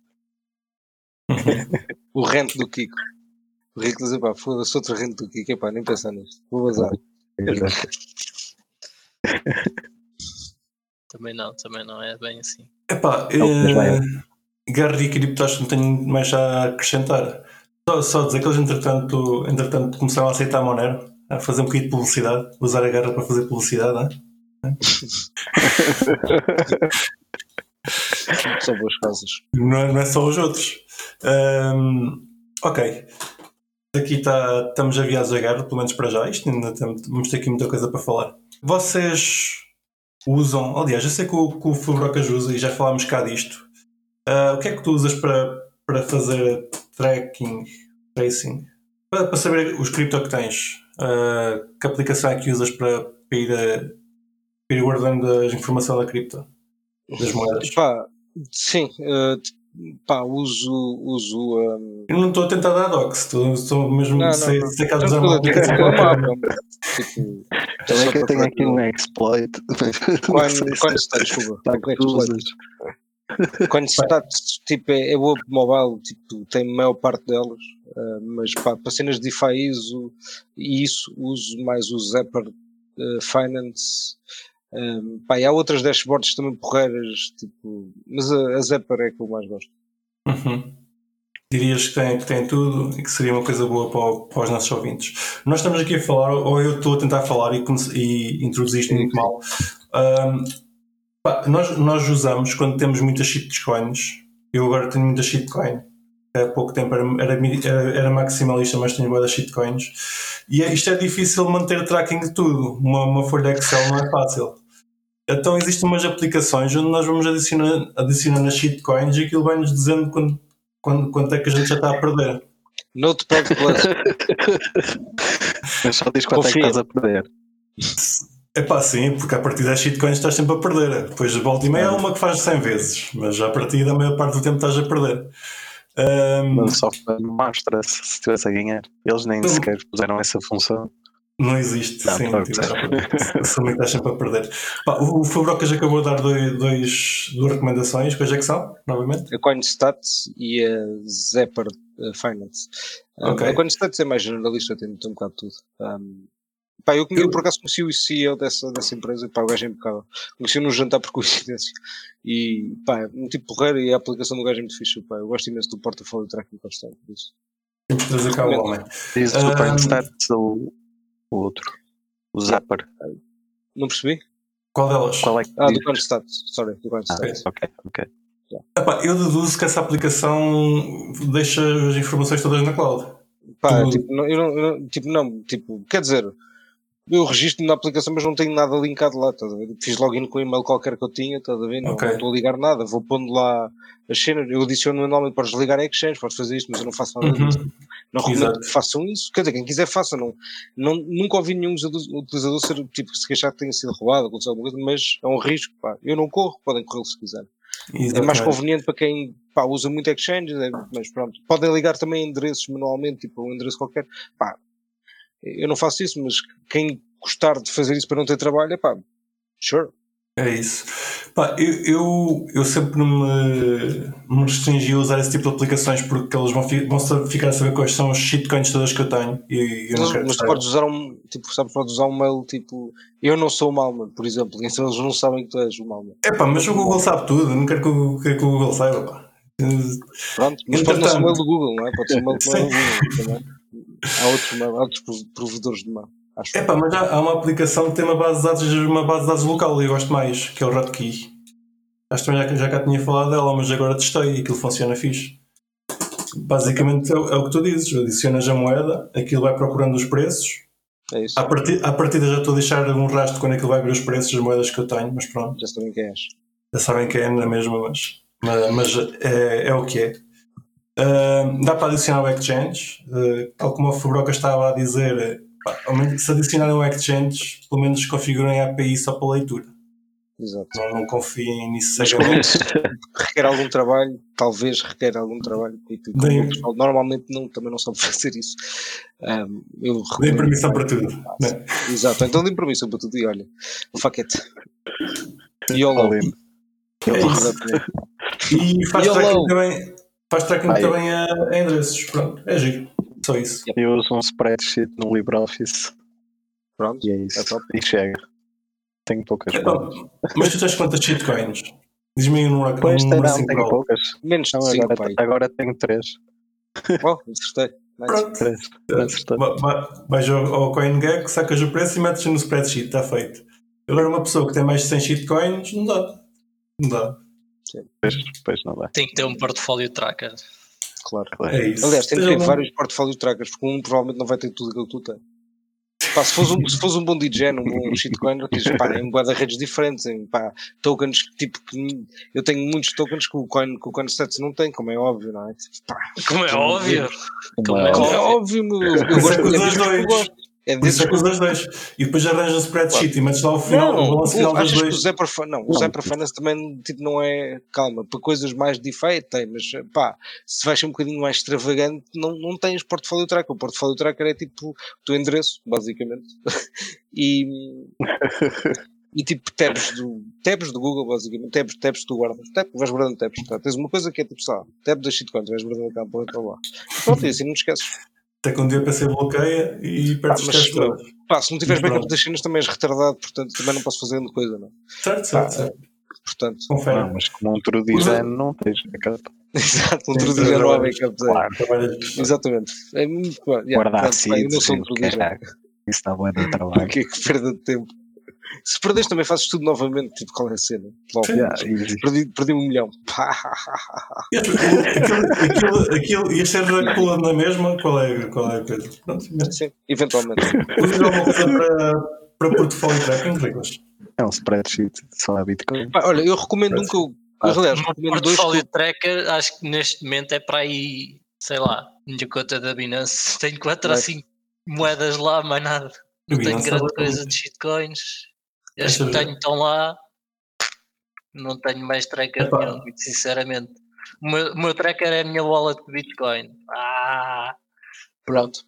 O rente do Kiko. O Rico diz, pá, foda-se outro rente do Kiko. Epá, nem pensar nisto. Vou vazar. Também não, também não é bem assim. Epá, Mas vai. eh, guerra e cripto acho que não tenho mais a acrescentar. Só, só dizer que eles, entretanto, entretanto, começaram a aceitar a Monero, a fazer um bocadinho de publicidade, usar a guerra para fazer publicidade, não é? São boas causas. Não é, não é só os outros. Um, ok. Aqui tá, estamos aviados a guerra, pelo menos para já. Isto ainda tem, vamos ter aqui muita coisa para falar. Vocês usam, aliás, eu sei que o, que o Fubrocas usa e já falámos cá disto. Uh, o que é que tu usas para, para fazer tracking, tracing? Para, para saber os cripto que tens? Uh, que aplicação é que usas para, para, ir, a, para ir guardando a informação da cripto? Das moedas? Pá, sim, uh, pá, uso. uso um... Eu não estou a tentar dar docs, estou, estou mesmo Não, não, sei, não. sei que há de usar uma Tranquilo, aplicação tipo, é uma qualquer. app, tipo, Também só que eu para tenho fazer- aqui um exploit. Coin- Coinstat, desculpa. Tá que tu usas. Coinstat, tipo, é, é boa para mobile, tipo, tem a maior parte delas, uh, mas pá, para cenas de DeFi uso, e isso uso mais o Zapper uh, Finance. Um, pá, e há outras dashboards também porreiras, tipo, mas a, a Zapper é que eu mais gosto. Uhum. Dirias que tem, que tem tudo e que seria uma coisa boa para, o- para os nossos ouvintes. Nós estamos aqui a falar, ou eu estou a tentar falar e, comece- e introduziste muito mal. Um, pá, nós, nós usamos quando temos muitas shitcoins. Eu agora tenho muita shitcoin. Há pouco tempo era, era, era, era maximalista, mas tenho boas shitcoins. E é, isto é difícil manter tracking de tudo. Uma, uma folha Excel não é fácil. Então existem umas aplicações onde nós vamos adicionando, adicionando as shitcoins e aquilo vai-nos dizendo quando, quando, quanto é que a gente já está a perder. Notepad Plus. Mas só diz quanto é que Confia. estás a perder. É pá, sim, porque a partir das shitcoins estás sempre a perder. Depois de volta e meia é uma que faz cem vezes, mas a partir da maior parte do tempo estás a perder. Um, Mas só mostra se se estivesse a ganhar. Eles nem Não. sequer puseram essa função. não existe, Não, sim, pronto. tiveram a perder. Assumem que estás sempre a perder. Pá, o o Fubrocas acabou de dar dois, dois, duas recomendações, quais é que são, novamente? A Coinstat e a Zapper uh, Finance. Um, Ok. A Coinstat é mais generalista, tem, tem um bocado de tudo. Um, pá, eu, eu, por acaso conheci o C E O dessa, dessa empresa, pá, o gajo é impecável. Conheci-o num jantar por coincidência. E pá, um tipo porreiro e a aplicação do gajo é muito fixe. Pá, eu gosto imenso do portafólio tracking constante. Por isso. Temos que trazer cá o homem. Diz Ah, o Coinstats ou o outro? O Zapper. Não percebi? Qual delas? Qual é que Ah, diz? do Coinstat. Sorry, do Ah, Coinstat. ok, ok. Epá, eu deduzo que essa aplicação deixa as informações todas na cloud. Pá, Tu- tipo, não, eu não, eu não- tipo, não, tipo, quer dizer, eu registro-me na aplicação, mas não tenho nada linkado lá, estás a ver? Fiz login com o e-mail qualquer que eu tinha, estás a ver? Não Ok. não estou a ligar nada, vou pondo lá as cenas, eu adiciono manualmente, podes ligar a Exchange, podes fazer isto, mas eu não faço nada Uhum. disso. Não recomendo Exato. que façam isso, quer dizer, quem quiser faça, não, não, nunca ouvi nenhum usador- utilizador ser, tipo, se queixar que tenha sido roubado, aconteceu alguma coisa, mas é um risco, pá, eu não corro, podem correr se quiserem. É mais Exatamente. conveniente para quem pá, usa muito Exchange, é, mas pronto. Podem ligar também endereços manualmente, tipo um endereço qualquer. Pá, eu não faço isso, mas quem gostar de fazer isso para não ter trabalho, é pá, sure. É isso. Pá, eu, eu, eu sempre me, me restringi a usar esse tipo de aplicações porque eles vão, fi- vão sa- ficar a saber quais são as shitcoins todas que eu tenho e eu não Mas, quero mas tu estar- podes usar um, tipo, sabes, podes usar um mail tipo, eu não sou o Malman, por exemplo, e então eles não sabem que tu és o Malman. Epá, mas o Google sabe tudo, eu não quero que o, que, que o Google saiba, pá. Pronto, mas pode não ser o Entretanto- mail do Google, não é? Pode ser o mail que não é o Sim. Google também. Há outros, mail- há outros prov- provedores de mail. Acho Epá, mas há, há uma aplicação que tem uma base de dados, uma base de dados local e eu gosto mais, que é o Rotkey. Acho que também já, já cá tinha falado dela, mas agora testei e aquilo funciona fixe. Basicamente é, o- é o que tu dizes, adicionas a moeda, aquilo vai procurando os preços. é isso. À partida, à partida já estou a deixar um rastro quando aquilo vai ver os preços das moedas que eu tenho, mas pronto, Já sabem quem és. já sabem que é na mesma, mas, mas, mas é, é o que é. Ah, dá para adicionar o exchange, uh, tal como a Fubroca estava a dizer, pá, ao menos se adicionarem o exchange, pelo menos configurem a A P I só para leitura. Exato. Não, não confiem nisso Mas cegamente. requer algum trabalho, talvez requer algum trabalho, e tu, como Bem- o pessoal normalmente não, também não sabe fazer isso. Um, eu Dêem recomendo- permissão para tudo. Né? Exato, então dêem permissão para tudo e olha, fuck it. YOLO. Valendo. É isso. Exatamente. E faz YOLO. tracking também, faz tracking Vai. também a, a endereços. Pronto, é giro. Só isso. Eu uso um spreadsheet no LibreOffice Pronto, e é isso. é top. E chega. Tenho poucas Epá, coisas. mas tu tens quantas shitcoins? Diz-me aí um número, um Pois, número não, assim tenho crawl. poucas. Menos Não, de cinco, agora, pai. agora tenho três. Bom, acertei. Nice. Pronto. Parece, parece que Va- va- Vais ao, ao CoinGecko, sacas o preço e metes no spreadsheet, está feito. Agora uma pessoa que tem mais de cem shitcoins, não dá. Não dá. depois, depois não dá. Tem que ter um portfólio tracker. Claro. Claro. É isso. Aliás, tem que Seja ter um- vários portfólios trackers, porque um provavelmente não vai ter tudo aquilo que tu tens. Pá, se fosse um, se fosse um bom D J, um bom shitcoin, tens pá, em boa de redes diferentes, em pá, tokens que tipo que eu tenho muitos tokens que o Coin, que o CoinStats não tem, como é óbvio, não é? Tipo, pá, Como é óbvio. Como Uma- é como é óbvio. óbvio, meu. Eu, eu Por isso é gosto que é usas desses que eu dois. gosto. É Por isso desses é que usas dois. E depois arranjas o spreadsheet e metes lá o final, Não, o balanço final o- dos achas que o dois. Zé para Fi- não, o Não. Zé para Finance também tipo, não é, calma, para coisas mais de efeito tem, mas pá, se vais ser um bocadinho mais extravagante, não, não tens portfólio tracker. O portfólio tracker é tipo o teu endereço, basicamente. e, e tipo tabs do, tabs do Google, basicamente, tabs, tabs que tu guardas, tab, vais guardando tabs, tá? Tens uma coisa que é tipo, sabe, tab da shitcoin, tu vais guardando cá para lá. E pronto, e assim não te esqueces. Até que um dia o P C bloqueia e Pá, perdes os mas cash meu, todos. pá, se não tiveres Mas backup pronto. das cenas também és retardado, portanto também não posso fazer grande coisa, não? Certo, certo, certo. Portanto, Confere. Não, mas como um true design não tens backup. exato, um Sim, true design não há trabalhas. backup, Zé. Claro. Trabalhas- Exatamente. É muito bom. Yeah, Guardar pronto, pá, eu não sítios sou e um o true design. caralho. Isso dá bué de O trabalho. que é que perda de tempo? Se perdes também fazes tudo novamente, tipo qual é a cena? Logo, Sim. Yeah, easy. perdi, perdi um milhão. Pá. E Aquilo, aquilo, aquilo ia ser pula na mesma? Qual é, qual é a coisa? Pronto, Sim, eventualmente. usas alguma coisa para, para portfólio tracking, Nicolas? É um spreadsheet só a Bitcoin. Pá, olha, eu recomendo um que eu. Ah, Aliás, O recomendo meu dois que portfólio eu. tracker, acho que neste momento é para aí, sei lá, minha conta da Binance. Tenho quatro ou Nice. cinco moedas lá, mais nada. Não tenho Binance grande é coisa bom. de shitcoins. As Esta- que tenho estão lá. Não tenho mais tracker Epá. nenhum, muito sinceramente. O meu, o meu tracker é a minha wallet de Bitcoin. Ah, Pronto.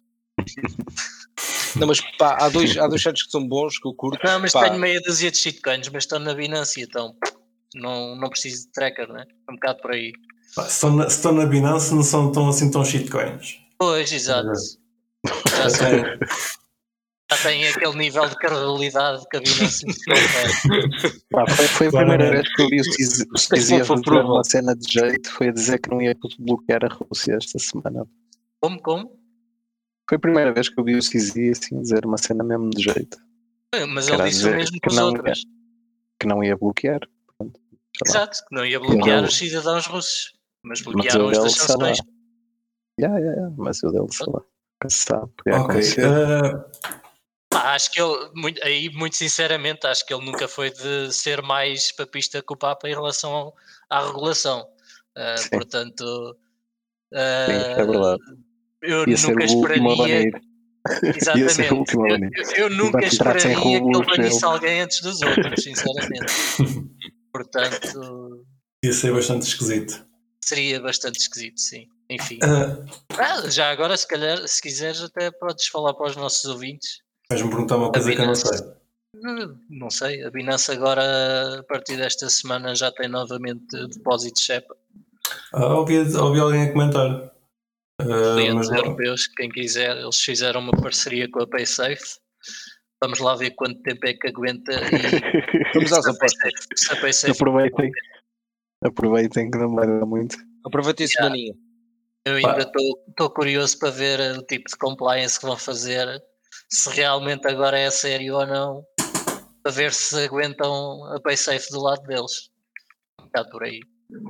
Não, mas pá, há dois, há dois sites que são bons que eu curto. não, mas Pá, tenho meia dúzia de shitcoins, mas estão na Binance, então não, não preciso de tracker, né? É um bocado por aí. Pá, se, estão na, se estão na Binance, não são tão assim tão shitcoins. Pois, exato. Já, são, já têm aquele nível de credibilidade que a Binance me confere. Pá, foi, foi a Claramente. primeira vez que eu vi o Cizi o Cizi a Foi fazer provável. uma cena de jeito. Foi a dizer que não ia bloquear a Rússia esta semana. Como, como? Foi a primeira vez que eu vi o Cizi assim dizer uma cena mesmo de jeito. Mas Quer ele disse o dizer mesmo que que os não outros. Que não ia bloquear. Pronto, sei lá. Exato, que não ia bloquear Não. os cidadãos russos. Mas Mas bloquearam o as dele, das sei lá. sanções. Yeah, yeah, yeah. Mas o dele, sei lá. Que se sabe, podia Ok. acontecer. eh, Pá, acho que ele, muito, aí muito sinceramente, acho que ele nunca foi de ser mais papista que o Papa em relação à regulação. Uh, Sim. portanto, Sim, isso é uh, verdade. eu Ia ser nunca o último a esperaria. banir. Exatamente. Ia ser o último a Eu, banir. eu- eu nunca Enquanto entrasse em esperaria que ele roubos, banisse ele- alguém antes dos outros, sinceramente. Portanto, ia ser bastante esquisito. seria bastante esquisito, sim. Enfim. Eh, Ah, já agora, se calhar, se quiseres, até podes falar para os nossos ouvintes. Vais-me perguntar uma coisa que eu não sei. Não, não sei, a Binance agora, a partir desta semana, já tem novamente depósitos S E P A. Ah, ouvi, ouvi alguém a comentar. Eh, Clientes mas não- europeus, quem quiser, eles fizeram uma parceria com a PaySafe. Vamos lá ver quanto tempo é que aguenta e vamos às se a apostas. PaySafe- se a PaySafe Aproveitem. Aproveitem que não vai dar muito. Aproveitem a Yeah. semaninha. Eu ainda estou curioso para ver o tipo de compliance que vão fazer, se realmente agora é sério ou não, para ver se aguentam a PaySafe do lado deles. Está por aí.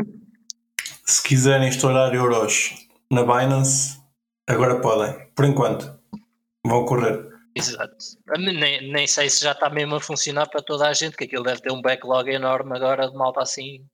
Se quiserem estourar euros na Binance, agora podem. Por enquanto. Vão correr. Exato. Nem, nem sei se já está mesmo a funcionar para toda a gente, que aquilo deve ter um backlog enorme agora de malta assim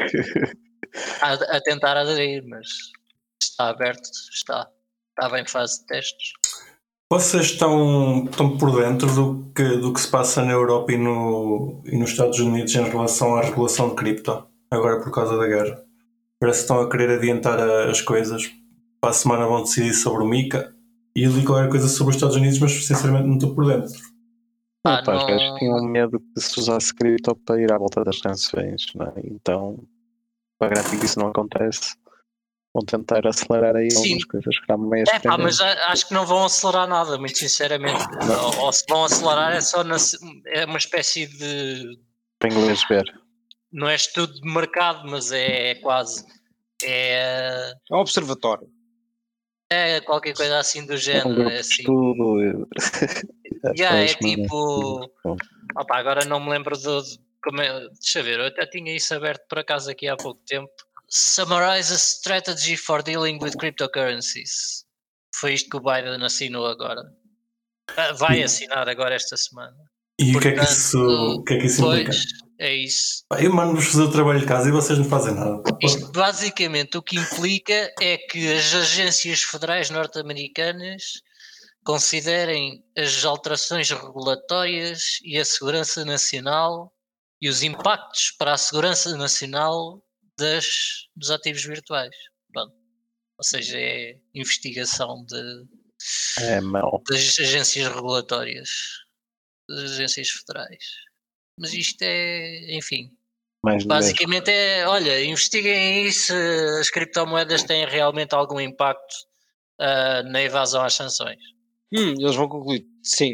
a, a tentar aderir, mas está aberto, está. Estava em fase de testes. Vocês estão, estão por dentro do que, do que se passa na Europa e, no, e nos Estados Unidos em relação à regulação de cripto, agora por causa da guerra? Parece que estão a querer adiantar a, as coisas. Para a semana vão decidir sobre o MiCA e eu li qualquer coisa sobre os Estados Unidos, mas sinceramente não estou por dentro. Ah, Ah, pá, os não- gajos tinham medo que se usasse cripto para ir à volta das sanções, não é? Então, para garantir que isso não acontece, vão tentar acelerar aí Sim. algumas coisas que há meio É pá, mas a- acho que não vão acelerar nada, muito sinceramente. Ou, ou se vão acelerar é só na, é uma espécie de. para inglês ver. Não é estudo de mercado, mas é, é quase. É. É um observatório. É qualquer coisa assim do Um género. grupo É de assim. estudo. Já é Pois, mano. tipo. Opa, agora não me lembro do. de Como é, deixa eu ver, eu até tinha isso aberto por acaso aqui há pouco tempo. Summarize a strategy for dealing with cryptocurrencies. Foi isto que o Biden assinou agora. Ah, vai E- assinar agora esta semana. E o que é que Portanto, isso, o que é que isso Pois, implica? é isso. Pá, eu mando-vos fazer o trabalho de casa e vocês não fazem nada. Pá. Isto basicamente o que implica é que as agências federais norte-americanas considerem as alterações regulatórias e a segurança nacional e os impactos para a segurança nacional das, dos ativos virtuais. Pronto. Ou seja, é investigação de, É mau. das agências regulatórias, das agências federais. Mas isto é, enfim, Mais do mesmo. basicamente é, olha, investiguem aí se as criptomoedas têm realmente algum impacto uh, na evasão às sanções. Hum, eles vão concluir. Sim.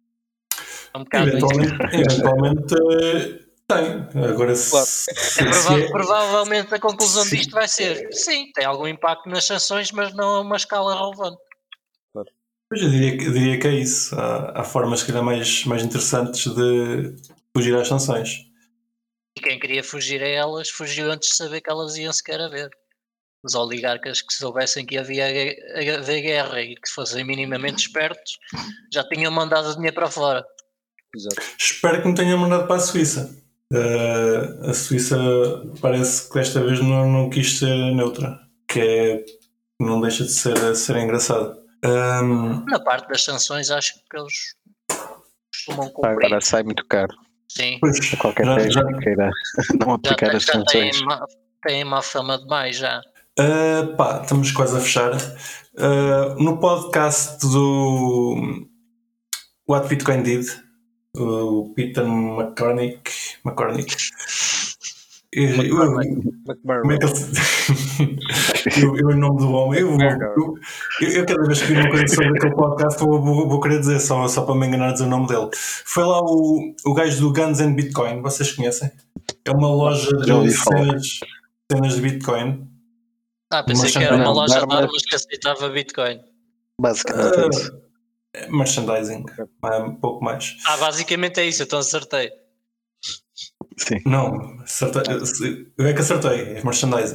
É um bocado isso. Eventualmente, eventualmente eh, tem. Agora, se, Claro. se- É se prova- é- provavelmente a conclusão Sim. disto vai ser sim, tem algum impacto nas sanções, mas não a uma escala relevante. Pois eu diria, que- eu diria que é isso. Há, há formas, se calhar, mais, mais interessantes de fugir às sanções. E quem queria fugir a elas, fugiu antes de saber que elas iam sequer haver. Os oligarcas que soubessem que havia haver guerra e que fossem minimamente espertos, já tinham mandado o dinheiro para fora. Exato. Espero que me tenham mandado para a Suíça. Uh, a Suíça parece que desta vez não, não quis ser neutra, que é, não deixa de ser, ser engraçado. Um, Na parte das sanções, acho que eles costumam cumprir. Agora sai muito caro. Sim, pois, A qualquer já, país já, que queira não já, aplicar tem, as já sanções. têm, má, têm má fama demais já. uh, pá, estamos quase a fechar. Uh, no podcast do What Bitcoin Did, o Peter McCormick, McCormick eu, eu, como é que ele... eu, eu, em nome do homem, eu, eu, eu, eu cada vez que vi uma coisa sobre aquele podcast vou, vou, vou querer dizer só, só para me enganar dizer o nome dele. Foi lá o, o gajo do Guns and Bitcoin, vocês conhecem? É uma loja de cenas, cenas de Bitcoin. Ah, pensei que era uma Não, loja de armas- armas que aceitava Bitcoin. Basicamente é isso. Uh, merchandising, é um pouco mais. Ah, basicamente é isso, então acertei. Sim. Não, acertei, eu é que acertei, é merchandising.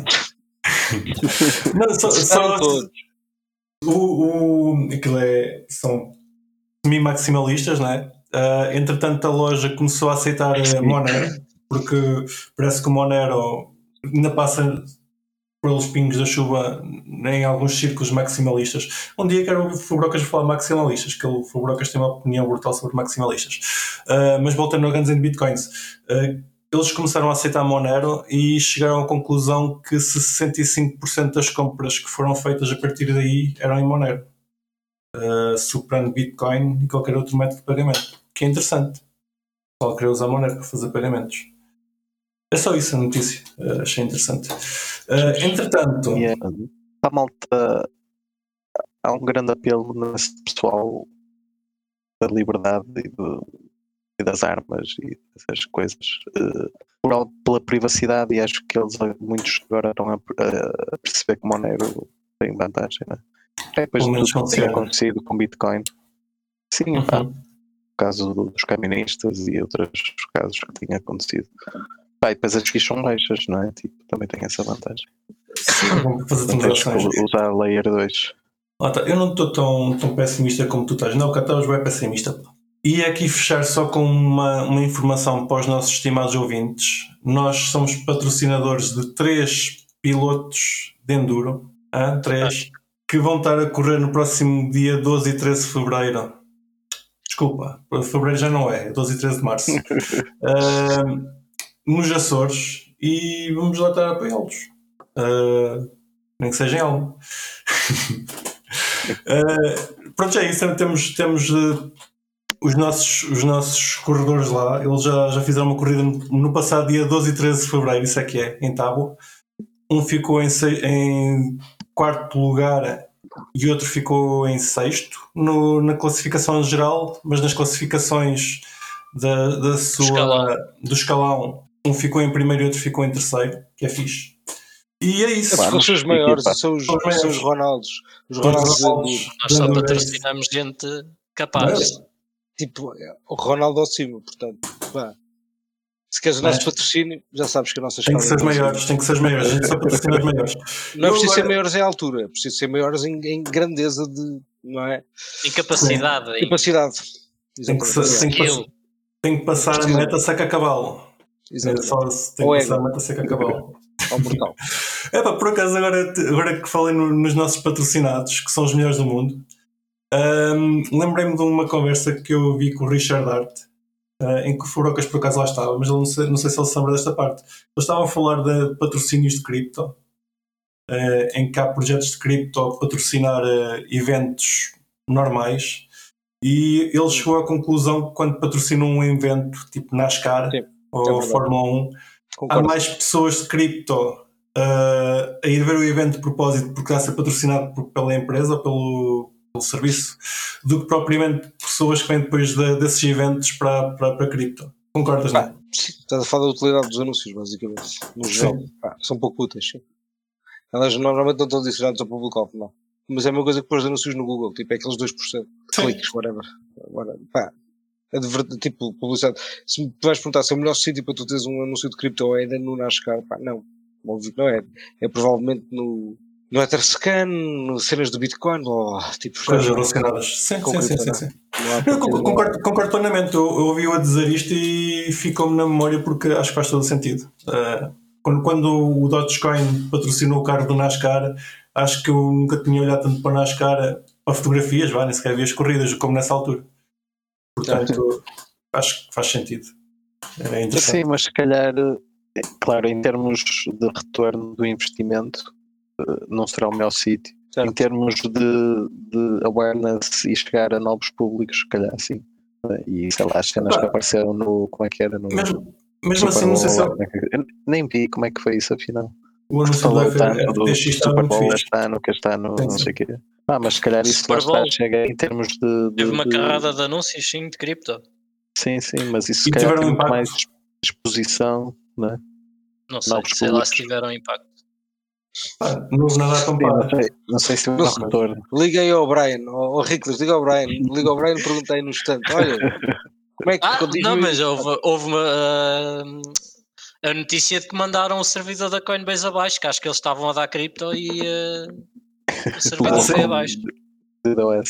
Não, só, só o, o, aquilo é, são semi-maximalistas, não é? Uh, entretanto, a loja começou a aceitar uh, Monero, porque parece que o Monero ainda passa pelos pingos da chuva em alguns círculos maximalistas. Um dia quero o Fubrocas falar maximalistas, que o Fubrocas tem uma opinião brutal sobre maximalistas. Uh, mas voltando ao Guns and Bitcoins, uh, eles começaram a aceitar Monero e chegaram à conclusão que sessenta e cinco por cento das compras que foram feitas a partir daí eram em Monero, uh, superando Bitcoin e qualquer outro método de pagamento, que é interessante. Só querer usar Monero para fazer pagamentos. É só isso a notícia, uh, achei interessante. Uh, entretanto, E, a malta, há um grande apelo nesse pessoal da liberdade e, do, e das armas e dessas coisas, uh, por, pela privacidade, e acho que eles, muitos agora estão a, a perceber que Monero tem vantagem, não é? É depois de tudo que tem acontecido com Bitcoin. Sim, uhum. pá, o caso dos caministas e outros casos que tinha acontecido. Pá, e depois as fees são baixas, não é? Tipo, também tem essa vantagem. Sim, vamos fazer Não tens que transações. usar Layer dois. Ah, tá. Eu não estou tão, tão pessimista como tu estás. Não, cá estavas bem pessimista. E aqui fechar só com uma, uma informação para os nossos estimados ouvintes. Nós somos patrocinadores de três pilotos de enduro, hein? três, que vão estar a correr no próximo dia doze e treze de fevereiro. Desculpa, fevereiro já não é, é doze e treze de março. uh, nos Açores, e vamos lá estar a apoiá-los. Uh, nem que seja em algo. uh, pronto, é isso. Temos, temos uh, os, nossos, os nossos corredores lá. Eles já, já fizeram uma corrida no, no passado dia doze e treze de fevereiro, isso é que é, em Tábua. Um ficou em, em quarto lugar e outro ficou em sexto no, na classificação geral, mas nas classificações da, da sua, escalão. do escalão, um ficou em primeiro e outro ficou em terceiro, que é fixe. E é isso. É, são os maiores, são os, São os maiores. são os Ronaldos. Os Os Ronaldos, Ronaldos. Nós só Grande patrocinamos gente capaz. tipo, o Ronaldo ao cima, portanto, pá. Se queres o nosso Mas- patrocínio, já sabes que a nossa Tem que escala ser é os maiores, tem que ser os maiores. A gente só patrocina os maiores. Não é Eu preciso ser agora- maiores em altura, é preciso ser maiores em, em grandeza de, não é? Incapacidade. em- Capacidade. Tem que, ser- tem que Skill. pass- tem que passar a Precisa. meta seca a cavalo. É Exatamente. só, tem Ou que é. passar a meta seca a cavalo. Ao mortal. É pá, por acaso, agora, agora que falei no- nos nossos patrocinados, que são os melhores do mundo, hum, lembrei-me de uma conversa que eu vi com o Richard Hart, uh, em que o Furocas por acaso lá estava, mas ele não, sei, não sei se ele se lembra desta parte. Eles estavam a falar de patrocínios de cripto, uh, em que há projetos de cripto a patrocinar uh, eventos normais, e ele chegou à conclusão que quando patrocinam um evento tipo NASCAR Sim, ou é verdade. Fórmula um, há Concordo. mais pessoas de cripto uh, a ir ver o evento de propósito porque está a ser patrocinado por- pela empresa ou pelo, pelo serviço do que propriamente pessoas que vêm depois de- desses eventos para, para, para cripto. Concordas, não é? Pá, sim, estás a falar da utilidade dos anúncios, basicamente. No geral. Sim. Pá, são pouco úteis, sim. Elas normalmente não estão direcionadas ao público-alvo, não. Mas é uma coisa que pôs anúncios no Google, tipo, é aqueles dois por cento de Sim. cliques, whatever. whatever. Pá, é de verdade, tipo, publicidade. Se me vais perguntar se é o melhor sítio para tu teres um anúncio de cripto ou é ainda no NASCAR, pá, não. Óbvio que não é. É provavelmente no, no Etherscan, no cenas do Bitcoin, ou tipo, Coisas relacionadas. Sim, com sim, sim, cripto, sim, não. sim. Não há Eu porque- con- concordo, concordo plenamente. Eu, eu ouvi-o a dizer isto e ficou-me na memória porque acho que faz todo o sentido. Uh, quando, quando o Dogecoin patrocinou o carro do NASCAR, acho que eu nunca tinha olhado tanto para o NASCAR, para fotografias, vá, nem sequer havia as corridas, como nessa altura. Portanto, acho que faz sentido. É interessante. Sim, mas se calhar, eh, claro, em termos de retorno do investimento, eh, não será o melhor sítio. Certo. Em termos de, de awareness e chegar a novos públicos, se calhar sim. Eh, E sei lá, as cenas Epá. que apareceram no. Como é que era? No Mesmo, mesmo Super assim, não sei se Bowl, é- como é que- eu nem vi como é que foi isso afinal. o anúncio do Falou F- tanto do F T X estava Super muito Bowl fixe. este ano, que este ano, Sim, não sim. sei o quê. Ah, mas se calhar isso Super lá está, Bowl. chega em termos de. de- Teve uma de- carrada de anúncios, sim, de cripto. Sim, sim, mas isso se E calhar tiveram tem muito impacto. mais exposição, não é? Não sei, Novos sei lá se públicos. tiveram impacto. Pá, não houve nada a Sim, comparar. não, sei, não sei se teve Não um sei. retorno. Liga aí ao Brian, ao, ao Riclas, liga ao Brian, liga ao Brian e perguntei no instante, olha, como é que Ah, diz-me não, aí- mas houve, houve uma. ah, a notícia de que mandaram o servidor da Coinbase abaixo, que acho que eles estavam a dar cripto e ah, o servidor sim. foi abaixo. D DOS.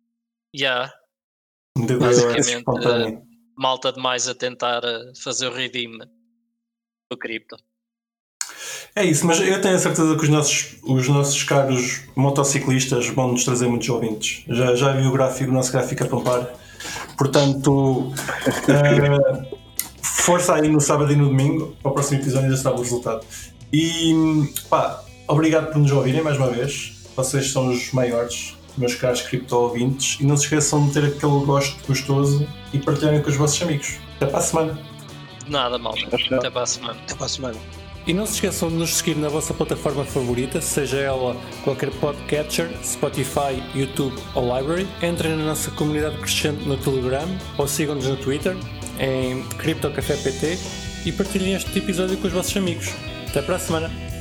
Já, Deu Basicamente, esse espontâneo. malta demais a tentar ah, fazer o redeem do cripto. É isso, mas eu tenho a certeza que os nossos, os nossos caros motociclistas vão nos trazer muitos ouvintes. Já, já vi o gráfico, o nosso gráfico a pompar. Portanto, eh, força aí no sábado e no domingo. Para o próximo episódio já sabe o resultado. E pá, obrigado por nos ouvirem mais uma vez. Vocês são os maiores, meus caros cripto ouvintes. E não se esqueçam de ter aquele gosto gostoso e partilharem com os vossos amigos. Até para a semana. De nada, malta. Tchau, tchau. Até para a semana. Até para a semana. E não se esqueçam de nos seguir na vossa plataforma favorita, seja ela qualquer podcatcher, Spotify, YouTube ou Library. Entrem na nossa comunidade crescente no Telegram ou sigam-nos no Twitter em CryptoCafé P T e partilhem este episódio com os vossos amigos. Até para a semana!